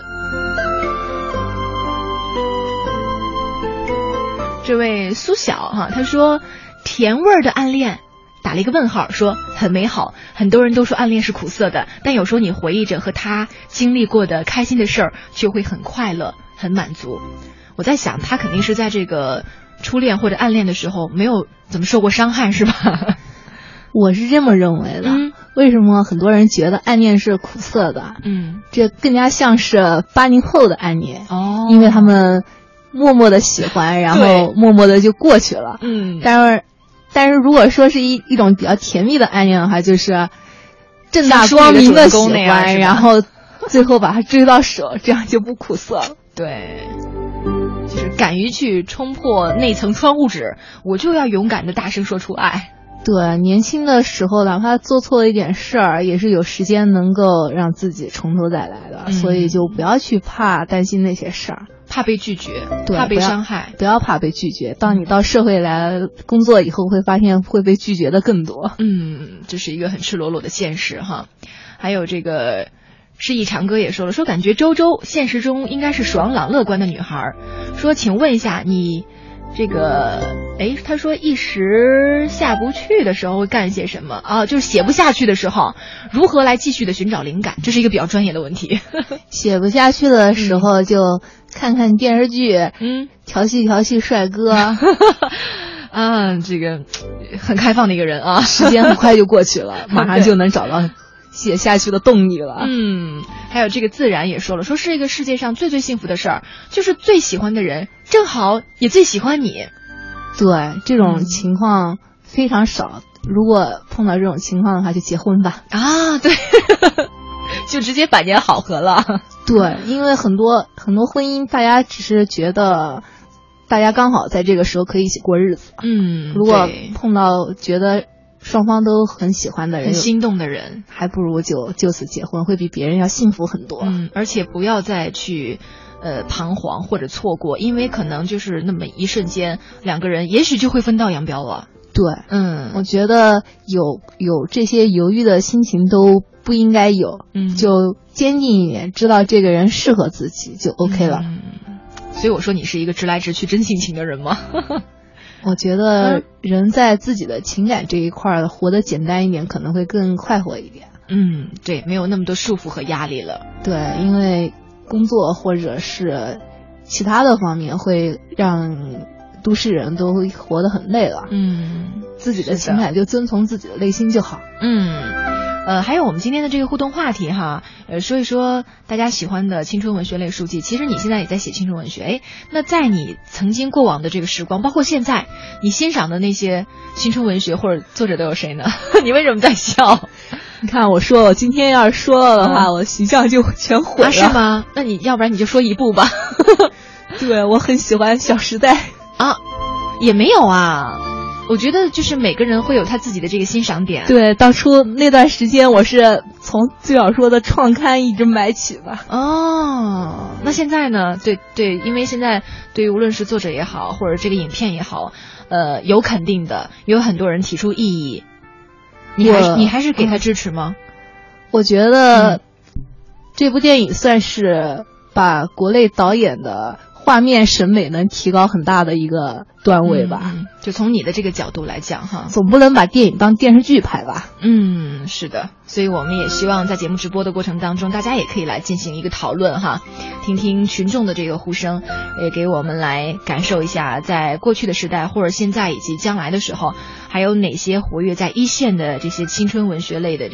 这位苏晓哈，他说甜味儿的暗恋，打了一个问号，说很美好。很多人都说暗恋是苦涩的，但有时候你回忆着和他经历过的开心的事儿，却会很快乐，很满足。我在想，他肯定是在这个初恋或者暗恋的时候没有怎么受过伤害，是吧？ 我是这么认为的。 嗯， 为什么很多人觉得暗恋是苦涩的？ 嗯， 这更加像是八零后的暗恋哦， 因为他们默默的喜欢，然后默默的就过去了。 嗯， 但是，但是如果说是一一种比较甜蜜的暗恋的话，就是正大光明的喜欢，然后最后把他追到手，这样就不苦涩了。 对，就是敢于去冲破那层窗户纸，我就要勇敢的大声说出爱。 对，年轻的时候哪怕做错了一点事儿，也是有时间能够让自己从头再来的， 嗯、 所以就不要去怕担心那些事儿。 怕被拒绝，怕被伤害， 不要怕被拒绝。当你到社会来工作以后，会发现会被拒绝的更多。 嗯，这是一个很赤裸裸的现实哈。还有这个诗意长歌也说了，说感觉周周现实中应该是爽朗乐观的女孩。说，请问一下你这个，哎，他说一时下不去的时候会干些什么啊？就是写不下去的时候，如何来继续的寻找灵感？这是一个比较专业的问题。 写不下去的时候就看看电视剧， 嗯， 调戏调戏帅哥。 啊，这个很开放的一个人啊， 时间很快就过去了，马上就能找到写下去的动力了。 嗯，还有这个自然也说了，说是一个世界上最最幸福的事儿，就是最喜欢的人正好也最喜欢你。 对，这种情况非常少，嗯、如果碰到这种情况的话，就结婚吧。 啊，对，就直接百年好合了。 对，因为很多很多婚姻，大家只是觉得大家刚好在这个时候可以一起过日子。 嗯， 如果碰到觉得双方都很喜欢的人， 很心动的人， 还不如就就此结婚，会比别人要幸福很多。 嗯，而且不要再去呃彷徨或者错过，因为可能就是那么一瞬间，两个人也许就会分道扬镳了。 对， 嗯， 我觉得有有这些犹豫的心情都不应该有， 嗯， 就坚定一点，知道这个人适合自己就 OK 了。 嗯，所以我说你是一个直来直去、真性情的人吗？ 我觉得人在自己的情感这一块活得简单一点，可能会更快活一点。 嗯，对，没有那么多束缚和压力了。 对，因为工作或者是其他的方面会让都市人都活得很累了。 嗯， 自己的情感就遵从自己的内心就好。 嗯。呃，还有我们今天的这个互动话题哈，呃，说一说大家喜欢的青春文学类书籍。其实你现在也在写青春文学，哎，那在你曾经过往的这个时光，包括现在，你欣赏的那些青春文学或者作者都有谁呢？你为什么在笑？ 你看，我说我今天要是说了的话，嗯、我形象就全毁了。 啊，是吗？那你要不然你就说一部吧。 对，我很喜欢《小时代》 啊，也没有啊。我觉得就是每个人会有他自己的这个欣赏点。 对，当初那段时间我是从最小说的创刊一直买起的。 哦，那现在呢？对对，因为现在对于无论是作者也好，或者这个影片也好，呃，有肯定的，有很多人提出异议，你还你还是给他支持吗？ 我觉得、嗯、这部电影算是把国内导演的画面审美能提高很大的一个段位吧。 嗯，就从你的这个角度来讲哈， 总不能把电影当电视剧拍吧。 嗯，是的，所以我们也希望在节目直播的过程当中，大家也可以来进行一个讨论哈，听听群众的这个呼声，也给我们来感受一下，在过去的时代或者现在以及将来的时候，还有哪些活跃在一线的这些青春文学类的这个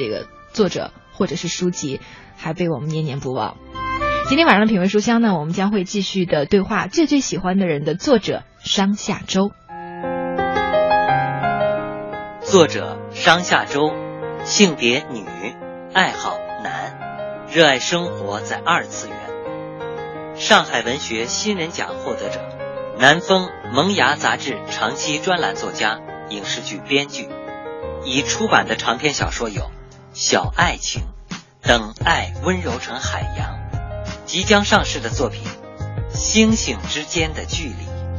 作者或者是书籍还被我们念念不忘。今天晚上的品味书香呢，我们将会继续的对话最最喜欢的人的作者商夏周。 作者商夏周，性别女，爱好男，热爱生活在二次元，上海文学新人奖获得者，南风萌芽杂志长期专栏作家，影视剧编剧。已出版的长篇小说有《小爱情》，等爱温柔成海洋。即将上市的作品《星星之间的距离》。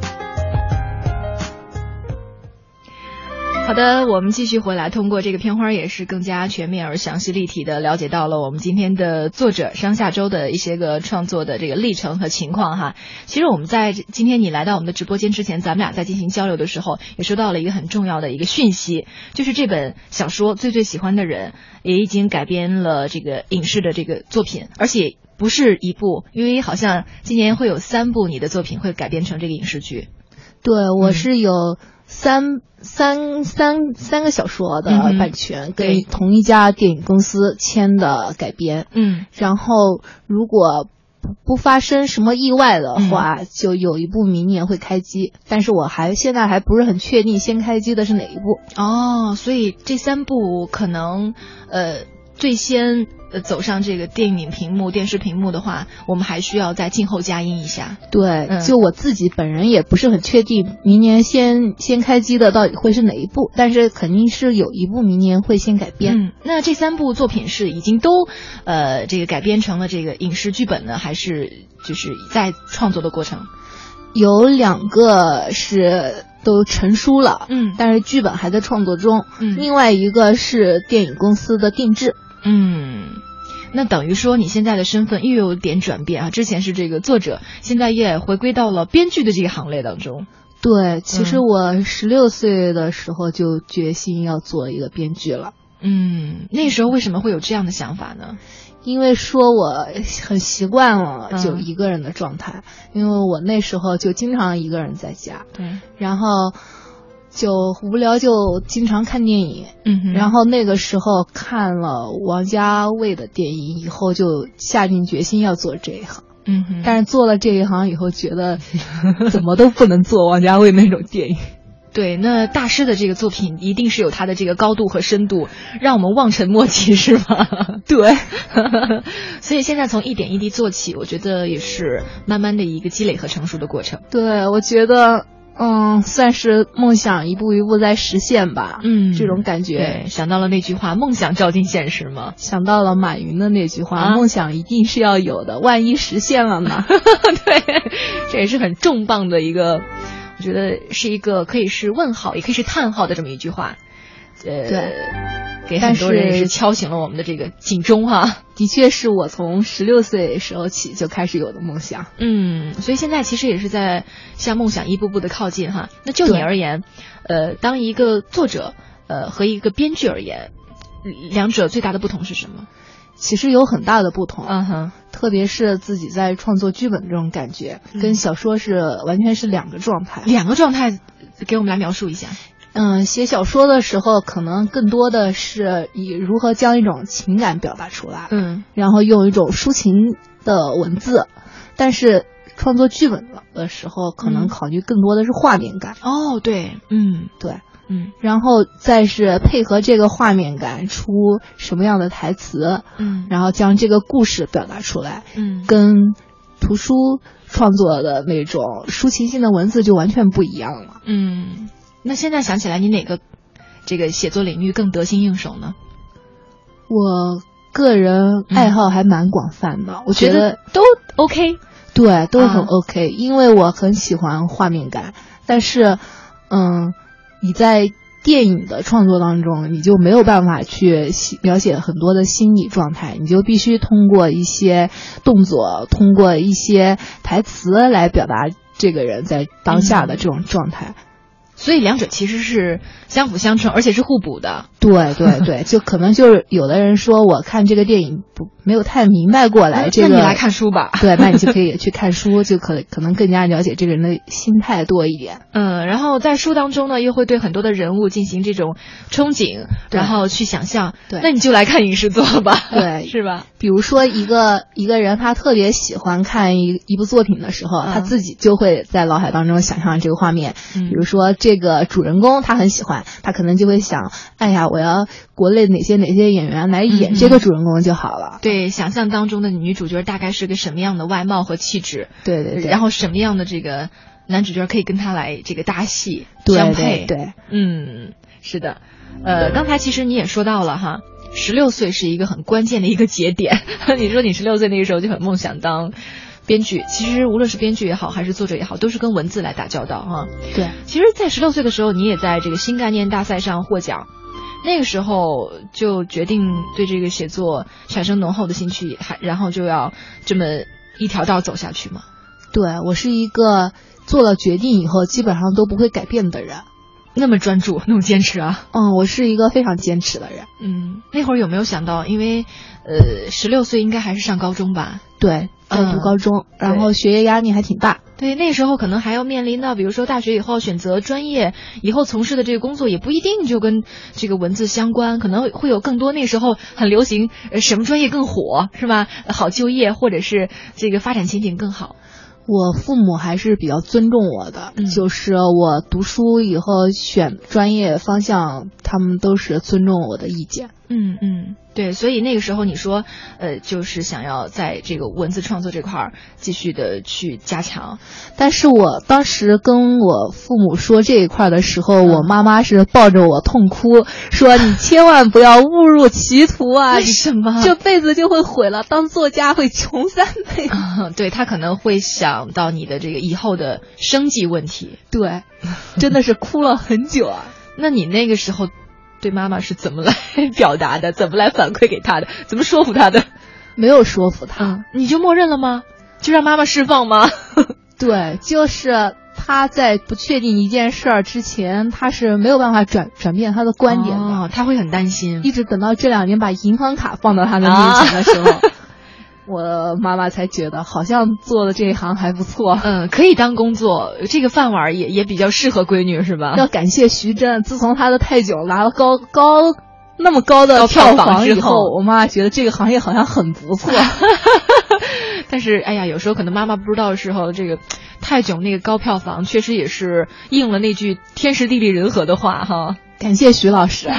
好的，我们继续回来，通过这个片花也是更加全面而详细立体的了解到了我们今天的作者商夏周的一些个创作的这个历程和情况哈。其实我们在今天你来到我们的直播间之前，咱们俩在进行交流的时候也收到了一个很重要的一个讯息，就是这本小说最最喜欢的人也已经改编了这个影视的这个作品，而且不是一部，因为好像今年会有三部你的作品会改编成这个影视剧。 对，我是有三、嗯、三三三个小说的版权、嗯、跟同一家电影公司签的改编。嗯，然后如果不发生什么意外的话、嗯、就有一部明年会开机，但是我还现在还不是很确定先开机的是哪一部。 哦，所以这三部可能呃最先呃走上这个电影屏幕电视屏幕的话，我们还需要再静后加音一下。 对、嗯、就我自己本人也不是很确定明年先先开机的到底会是哪一部，但是肯定是有一部明年会先改编。 嗯，那这三部作品是已经都呃这个改编成了这个影视剧本呢，还是就是在创作的过程？ 有两个是都成书了，嗯，但是剧本还在创作中。嗯，另外一个是电影公司的定制。 嗯，那等于说你现在的身份又有点转变啊，之前是这个作者，现在也回归到了编剧的这个行列当中。 对，其实我十六岁的时候就决心要做一个编剧了。 嗯，那时候为什么会有这样的想法呢？ 因为说我很习惯了就一个人的状态、嗯、因为我那时候就经常一个人在家，对，然后就无聊就经常看电影。嗯，然后那个时候看了王家卫的电影以后，就下定决心要做这一行。嗯哼，但是做了这一行以后，觉得怎么都不能做王家卫那种电影。 对，那大师的这个作品一定是有他的这个高度和深度，让我们望尘莫及，是吗？ 对， 所以现在从一点一滴做起，我觉得也是慢慢的一个积累和成熟的过程。 对，我觉得嗯，算是梦想一步一步在实现吧。嗯，这种感觉。 对，想到了那句话，梦想照进现实吗？ 想到了马云的那句话、啊、梦想一定是要有的，万一实现了呢？ 对，这也是很重磅的一个，我觉得是一个可以是问号也可以是叹号的这么一句话。呃，对，给很多人是敲醒了我们的这个警钟哈。 的确是我从十六岁时候起就开始有的梦想。 嗯，所以现在其实也是在向梦想一步步的靠近哈。那就你而言，呃，当一个作者呃和一个编剧而言，两者最大的不同是什么？ 其实有很大的不同。 嗯哼， 特别是自己在创作剧本这种感觉、嗯、跟小说是完全是两个状态。 两个状态给我们来描述一下。 嗯，写小说的时候可能更多的是以如何将一种情感表达出来，嗯，然后用一种抒情的文字，但是创作剧本的时候可能考虑更多的是画面感。 哦，对，嗯， 对，嗯，然后再是配合这个画面感出什么样的台词，嗯，然后将这个故事表达出来，嗯，跟图书创作的那种抒情性的文字就完全不一样了。 嗯，那现在想起来，你哪个这个写作领域更得心应手呢？ 我个人爱好还蛮广泛的，嗯、我觉得都 OK， 对，都很 OK，、啊、因为我很喜欢画面感。但是，嗯，你在电影的创作当中，你就没有办法去描写很多的心理状态，你就必须通过一些动作，通过一些台词来表达这个人在当下的这种状态。 嗯，所以两者其实是相辅相成，而且是互补的。 对对对，就可能就是有的人说我看这个电影不没有太明白过来，这个那你来看书吧。 对，那你就可以去看书，就可可能更加了解这个人的心态多一点。 嗯，然后在书当中呢，又会对很多的人物进行这种憧憬，然后去想象。 对， 那你就来看影视作吧。 对， 是吧？ 比如说一个一个人他特别喜欢看一一部作品的时候， 嗯、 他自己就会在脑海当中想象这个画面。 嗯、 比如说这个主人公他很喜欢，他可能就会想，哎呀，我要国内哪些哪些演员来演这个主人公就好了。 嗯、对，想象当中的女主角大概是个什么样的外貌和气质。 对对对。 然后什么样的这个男主角可以跟他来这个搭戏对相配。 对, 对, 对嗯，是的。呃，刚才其实你也说到了哈。十六岁是一个很关键的一个节点。你说你十六岁那个时候就很梦想当编剧，其实无论是编剧也好，还是作者也好，都是跟文字来打交道哈。 对， 其实，在十六岁的时候，你也在这个新概念大赛上获奖，那个时候就决定对这个写作产生浓厚的兴趣，还然后就要这么一条道走下去吗？ 对，我是一个做了决定以后基本上都不会改变的人。 那么专注，那么坚持啊！ 嗯，我是一个非常坚持的人。 嗯，那会儿有没有想到，因为呃，十六岁应该还是上高中吧？ 对，在读高中，嗯、然后学业压力还挺大。 对，那时候可能还要面临到，比如说大学以后选择专业，以后从事的这个工作也不一定就跟这个文字相关，可能会有更多那时候很流行，呃，什么专业更火是吧？好就业，或者是这个发展前景更好。 我父母还是比较尊重我的， 嗯、 就是我读书以后选专业方向，他们都是尊重我的意见。 嗯嗯，对，所以那个时候你说，呃，就是想要在这个文字创作这块儿继续的去加强。 但是我当时跟我父母说这一块的时候，嗯、我妈妈是抱着我痛哭，说你千万不要误入歧途啊！ 为什么？ 这辈子就会毁了，当作家会穷三倍。 嗯、对，他可能会想到你的这个以后的生计问题。 对，真的是哭了很久啊。 那你那个时候对妈妈是怎么来表达的？怎么来反馈给她的？怎么说服她的？ 没有说服她、 嗯，你就默认了吗？就让妈妈释放吗？ 对，就是她在不确定一件事儿之前，她是没有办法转转变她的观点的。 哦，她会很担心， 一直等到这两年把银行卡放到她的面前的时候。啊我妈妈才觉得好像做的这一行还不错， 嗯，可以当工作，这个饭碗也也比较适合闺女是吧？ 要感谢徐峥，自从他的泰囧拿了高高那么高的票房以后，我妈妈觉得这个行业好像很不错。 但是哎呀，有时候可能妈妈不知道的时候，这个泰囧那个高票房确实也是应了那句天时地利人和的话哈。 感谢徐老师。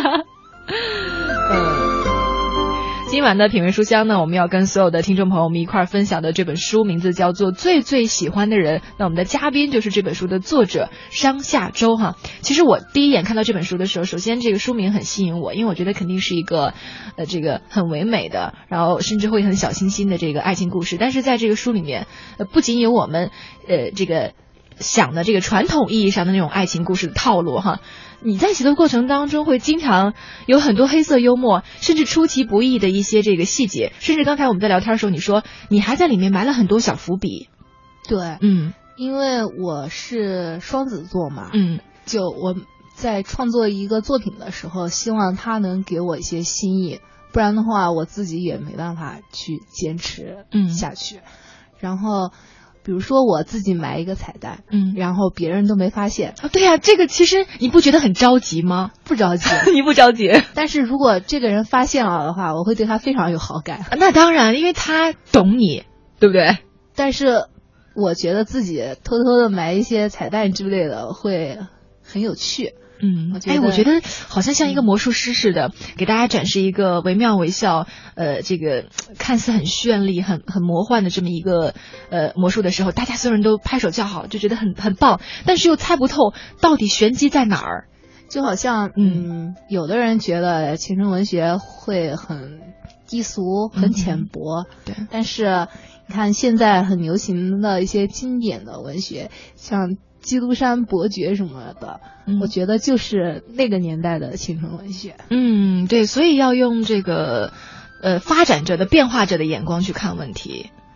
嗯。今晚的品味书香呢，我们要跟所有的听众朋友们一块儿分享的这本书名字叫做《最最喜欢的人》。那我们的嘉宾就是这本书的作者商夏舟哈。其实我第一眼看到这本书的时候，首先这个书名很吸引我，因为我觉得肯定是一个呃这个很唯美的，然后甚至会很小清新的这个爱情故事。但是在这个书里面，呃不仅有我们呃这个想的这个传统意义上的那种爱情故事的套路哈。你在写作过程当中会经常有很多黑色幽默，甚至出其不意的一些这个细节，甚至刚才我们在聊天的时候，你说你还在里面埋了很多小伏笔。 对， 嗯， 因为我是双子座嘛， 嗯， 就我在创作一个作品的时候，希望他能给我一些新意，不然的话我自己也没办法去坚持下去。嗯、然后。比如说我自己埋一个彩蛋， 嗯， 然后别人都没发现啊。对呀、啊，这个其实你不觉得很着急吗？ 不着急， 你不着急。 但是如果这个人发现了的话，我会对他非常有好感。 那当然，因为他懂你，对不对？ 但是我觉得自己偷偷的埋一些彩蛋之类的会很有趣。 嗯，哎，我觉得好像像一个魔术师似的，嗯、给大家展示一个惟妙惟肖，呃，这个看似很绚丽、很很魔幻的这么一个呃魔术的时候，大家所有人都拍手叫好，就觉得很很棒，但是又猜不透到底玄机在哪儿。 就好像，嗯，有的人觉得青春文学会很低俗、很浅薄， 嗯、对， 但是你看现在很流行的一些经典的文学，像。基督山伯爵什么的、嗯，我觉得就是那个年代的青春文学。 嗯，对，所以要用这个呃发展着的、变化着的眼光去看问题。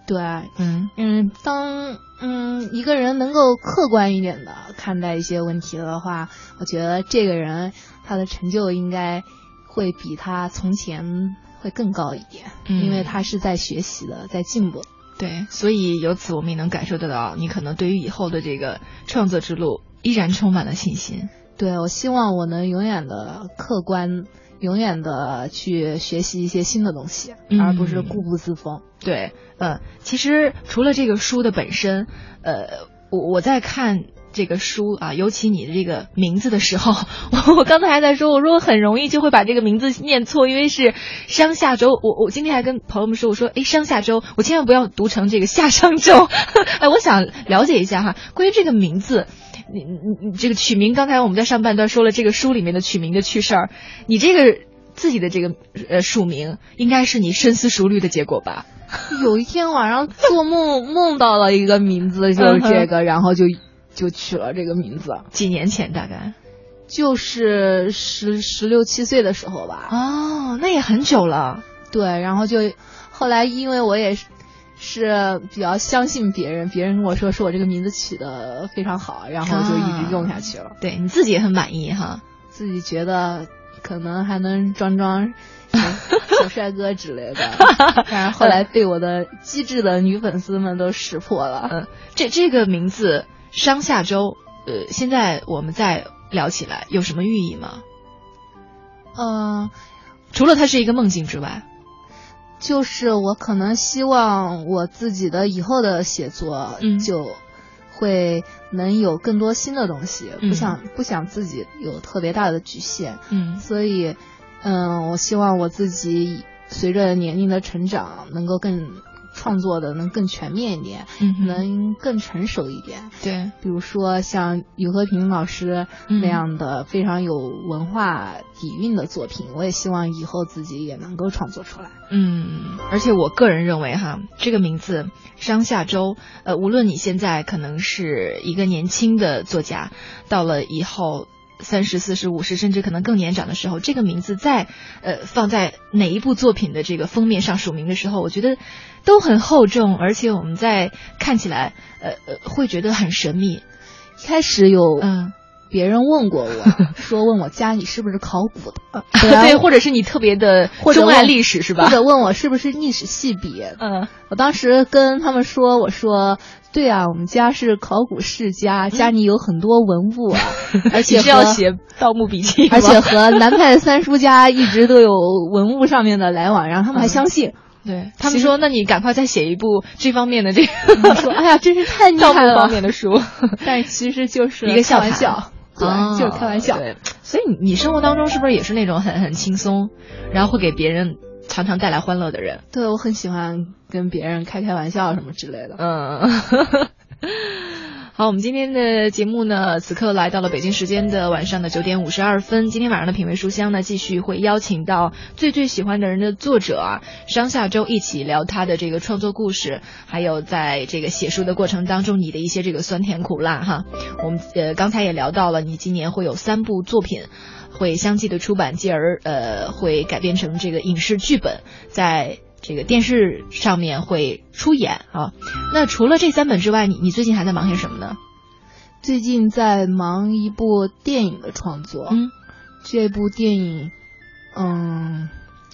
对，嗯嗯，当嗯一个人能够客观一点的看待一些问题的话，我觉得这个人他的成就应该会比他从前会更高一点，嗯、因为他是在学习的，在进步。 对，所以由此我们也能感受得到，你可能对于以后的这个创作之路依然充满了信心。 对，我希望我能永远的客观，永远的去学习一些新的东西，嗯、而不是固步自封。 对，呃，其实除了这个书的本身，呃，我我在看这个书啊，尤其你的这个名字的时候，我我刚才还在说，我说我很容易就会把这个名字念错，因为是商夏周。我我今天还跟朋友们说，我说，哎，商夏周，我千万不要读成这个夏商周。哎，我想了解一下哈，关于这个名字。你你你这个取名，刚才我们在上半段说了这个书里面的取名的趣事儿，你这个自己的这个呃署名，应该是你深思熟虑的结果吧？ 有一天晚上做梦梦到了一个名字，就是这个，然后就就取了这个名字。 几年前大概？ 就是十十六七岁的时候吧。 哦，那也很久了。 对，然后就后来因为我也是。是比较相信别人，别人跟我说说我这个名字取得非常好，然后就一直用下去了。 啊、对，你自己也很满意哈， 自己觉得可能还能装装小帅哥之类的，但是后来被我的机智的女粉丝们都识破了。 嗯，这这个名字商夏周，呃，现在我们再聊起来有什么寓意吗？ 嗯、呃， 除了它是一个梦境之外。 就是我可能希望我自己的以后的写作就会能有更多新的东西，嗯、不想不想自己有特别大的局限， 嗯， 所以嗯，我希望我自己随着年龄的成长，能够更创作的能更全面一点， 嗯， 能更成熟一点。 对， 比如说像于和平老师那样的非常有文化底蕴的作品，嗯、我也希望以后自己也能够创作出来。 嗯，而且我个人认为哈，这个名字商夏周，呃，无论你现在可能是一个年轻的作家，到了以后三十、四十、五十，甚至可能更年长的时候，这个名字在呃放在哪一部作品的这个封面上署名的时候，我觉得都很厚重，而且我们在看起来呃呃会觉得很神秘。 一开始有嗯。 别人问过我说问我家里是不是考古的对，或者是你特别的钟爱历史是吧？ 或者问我是不是历史系毕业。 嗯， 我当时跟他们说，我说对啊，我们家是考古世家，家里有很多文物啊，而且是要写《盗墓笔记》， 而且和南派三叔家一直都有文物上面的来往，然后他们还相信。 嗯对他们说，那你赶快再写一部这方面的这个， 说哎呀，真是太厉害了方面的书。 但是其实就是一个开玩笑，对， 哦、 就是开玩笑。 对，所以你生活当中是不是也是那种很很轻松，然后会给别人常常带来欢乐的人？ 对，我很喜欢跟别人开开玩笑什么之类的。 嗯。好，我们今天的节目呢，此刻来到了北京时间的晚上的九点五十二分。今天晚上的品味书香呢，继续会邀请到最最喜欢的人的作者啊，商夏周一起聊他的这个创作故事，还有在这个写书的过程当中你的一些这个酸甜苦辣哈。我们呃刚才也聊到了，你今年会有三部作品会相继的出版，继而呃会改编成这个影视剧本，在这个电视上面会出演啊。那除了这三本之外，你你最近还在忙些什么呢？ 最近在忙一部电影的创作。 嗯， 这部电影嗯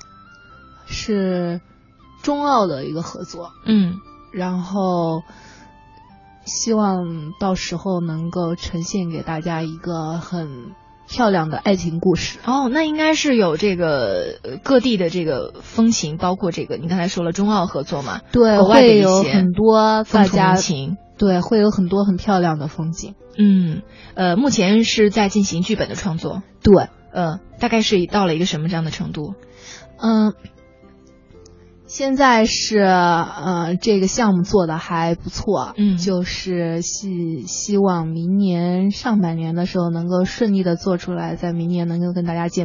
是中澳的一个合作。 嗯， 然后希望到时候能够呈现给大家一个很漂亮的爱情故事。 哦，那应该是有这个各地的这个风情，包括这个你刚才说了中澳合作嘛， 对， 国外的一些会有很多大家情， 对，会有很多很漂亮的风景。 嗯，呃，目前是在进行剧本的创作。 对， 呃，大概是到了一个什么这样的程度？ 嗯，现在是呃这个项目做的还不错， 嗯， 就是希希望明年上半年的时候能够顺利的做出来，在明年能够跟大家见面。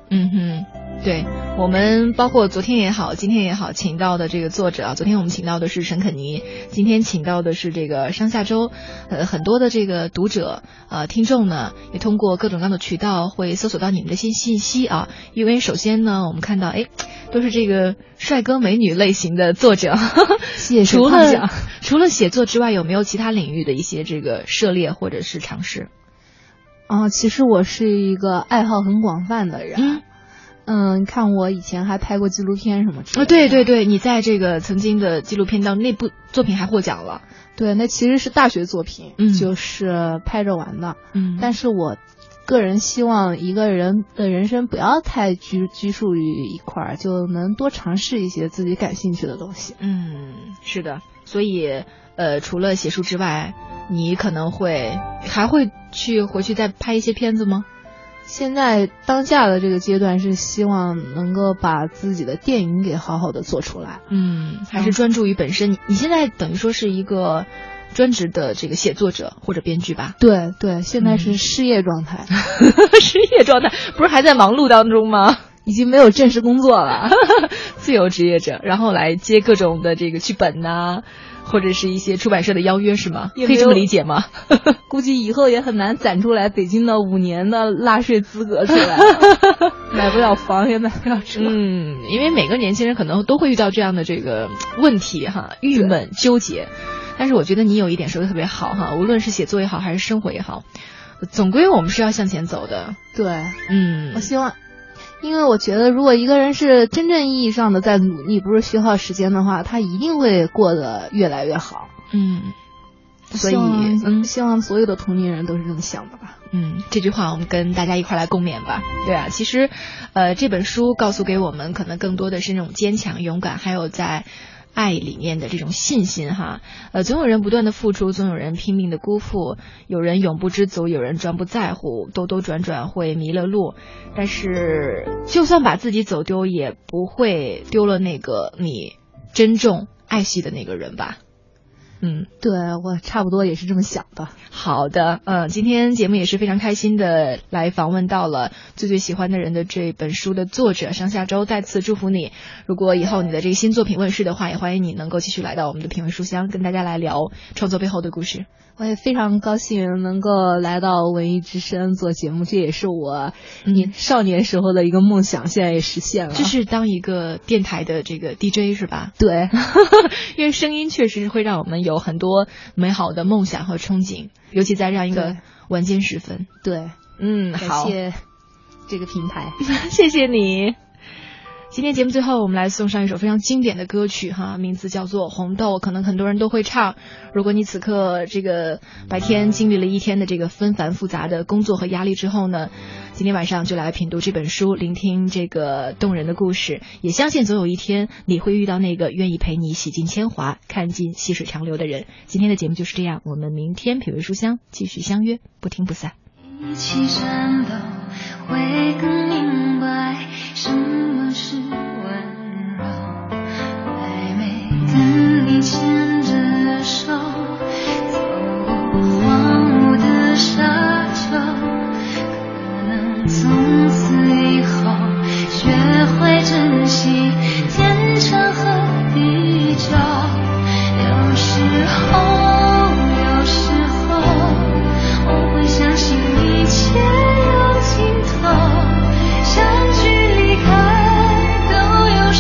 嗯哼。对，我们包括昨天也好，今天也好，请到的这个作者啊，昨天我们请到的是陈肯尼，今天请到的是这个上下周，呃，很多的这个读者呃听众呢，也通过各种各样的渠道会搜索到你们的信信息啊。因为首先呢，我们看到哎，都是这个帅哥美女类型的作者， 谢谢。 除了除了写作之外，有没有其他领域的一些这个涉猎或者是尝试？ 啊，其实我是一个爱好很广泛的人。嗯嗯，看我以前还拍过纪录片什么之类的。 啊，对对对，你在这个曾经的纪录片当中，那部作品还获奖了。 对，那其实是大学作品，嗯，就是拍着玩的。嗯，但是我个人希望一个人的人生不要太拘拘束于一块儿，就能多尝试一些自己感兴趣的东西。 嗯，是的，所以呃，除了写书之外，你可能会还会去回去再拍一些片子吗？ 现在当下的这个阶段是希望能够把自己的电影给好好的做出来。 嗯，还是专注于本身。你你现在等于说是一个专职的这个写作者或者编剧吧？ 对对，现在是失业状态。 嗯、失业状态不是还在忙碌当中吗？ 已经没有正式工作了， 自由职业者，然后来接各种的这个剧本呐、啊。或者是一些出版社的邀约是吗？可以这么理解吗？ 估计以后也很难攒出来北京的五年的纳税资格出来，买不了房也买不了车。 嗯，因为每个年轻人可能都会遇到这样的这个问题哈，郁闷纠结。但是我觉得你有一点说的特别好哈，无论是写作也好，还是生活也好，总归我们是要向前走的。 对， 嗯， 我希望。因为我觉得，如果一个人是真正意义上的在努力，不是虚耗时间的话，他一定会过得越来越好。 嗯，所以嗯，希望所有的同龄人都是这么想的吧。 嗯，这句话我们跟大家一块来共勉吧。对啊，其实，呃，这本书告诉给我们，可能更多的是那种坚强、勇敢，还有在爱里面的这种信心哈。呃，总有人不断的付出，总有人拼命的辜负，有人永不知足，有人专不在乎，兜兜转转会迷了路。但是就算把自己走丢，也不会丢了那个你珍重爱惜的那个人吧。嗯， 对，我差不多也是这么想的。 好的，呃，今天节目也是非常开心的来访问到了最最喜欢的人的这本书的作者上下周，再次祝福你。如果以后你的这个新作品问世的话，也欢迎你能够继续来到我们的品味书香，跟大家来聊创作背后的故事。 我也非常高兴能够来到文艺之声做节目，这也是我年少年时候的一个梦想，现在也实现了。 就是当一个电台的这个 D J 是吧？ 对， 因为声音确实会让我们有很多美好的梦想和憧憬，尤其在这样一个晚间时分。 对， 嗯，好， 感谢这个平台， 谢谢你。今天节目最后我们来送上一首非常经典的歌曲哈，名字叫做《红豆》，可能很多人都会唱。如果你此刻这个白天经历了一天的这个纷繁复杂的工作和压力之后呢，今天晚上就来品读这本书，聆听这个动人的故事，也相信总有一天你会遇到那个愿意陪你洗尽铅华看尽细水长流的人。今天的节目就是这样，我们明天品味书香继续相约，不听不散。 一起战斗会更明白什么是温柔，每每跟你牵着手走过荒芜的沙丘，可能从此以后学会珍惜天长和地久。有时候有时候我会相信一切有尽头，相聚离开都有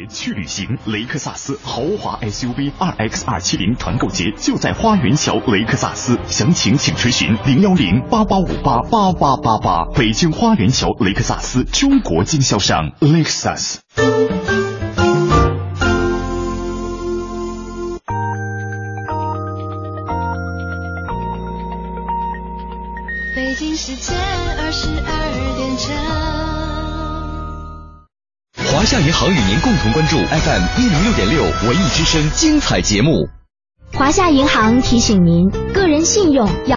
去旅行，雷克萨斯豪华 S U V 二 X 二七零团购节就在花园桥雷克萨斯，详情请垂询零幺零八八五八八八八八。北京花园桥雷克萨斯中国经销商 Lexus。 北京时间二十二点整。 华夏银行与您共同关注 F M 一零六点六文艺之声精彩节目。 华夏银行提醒您，个人信用要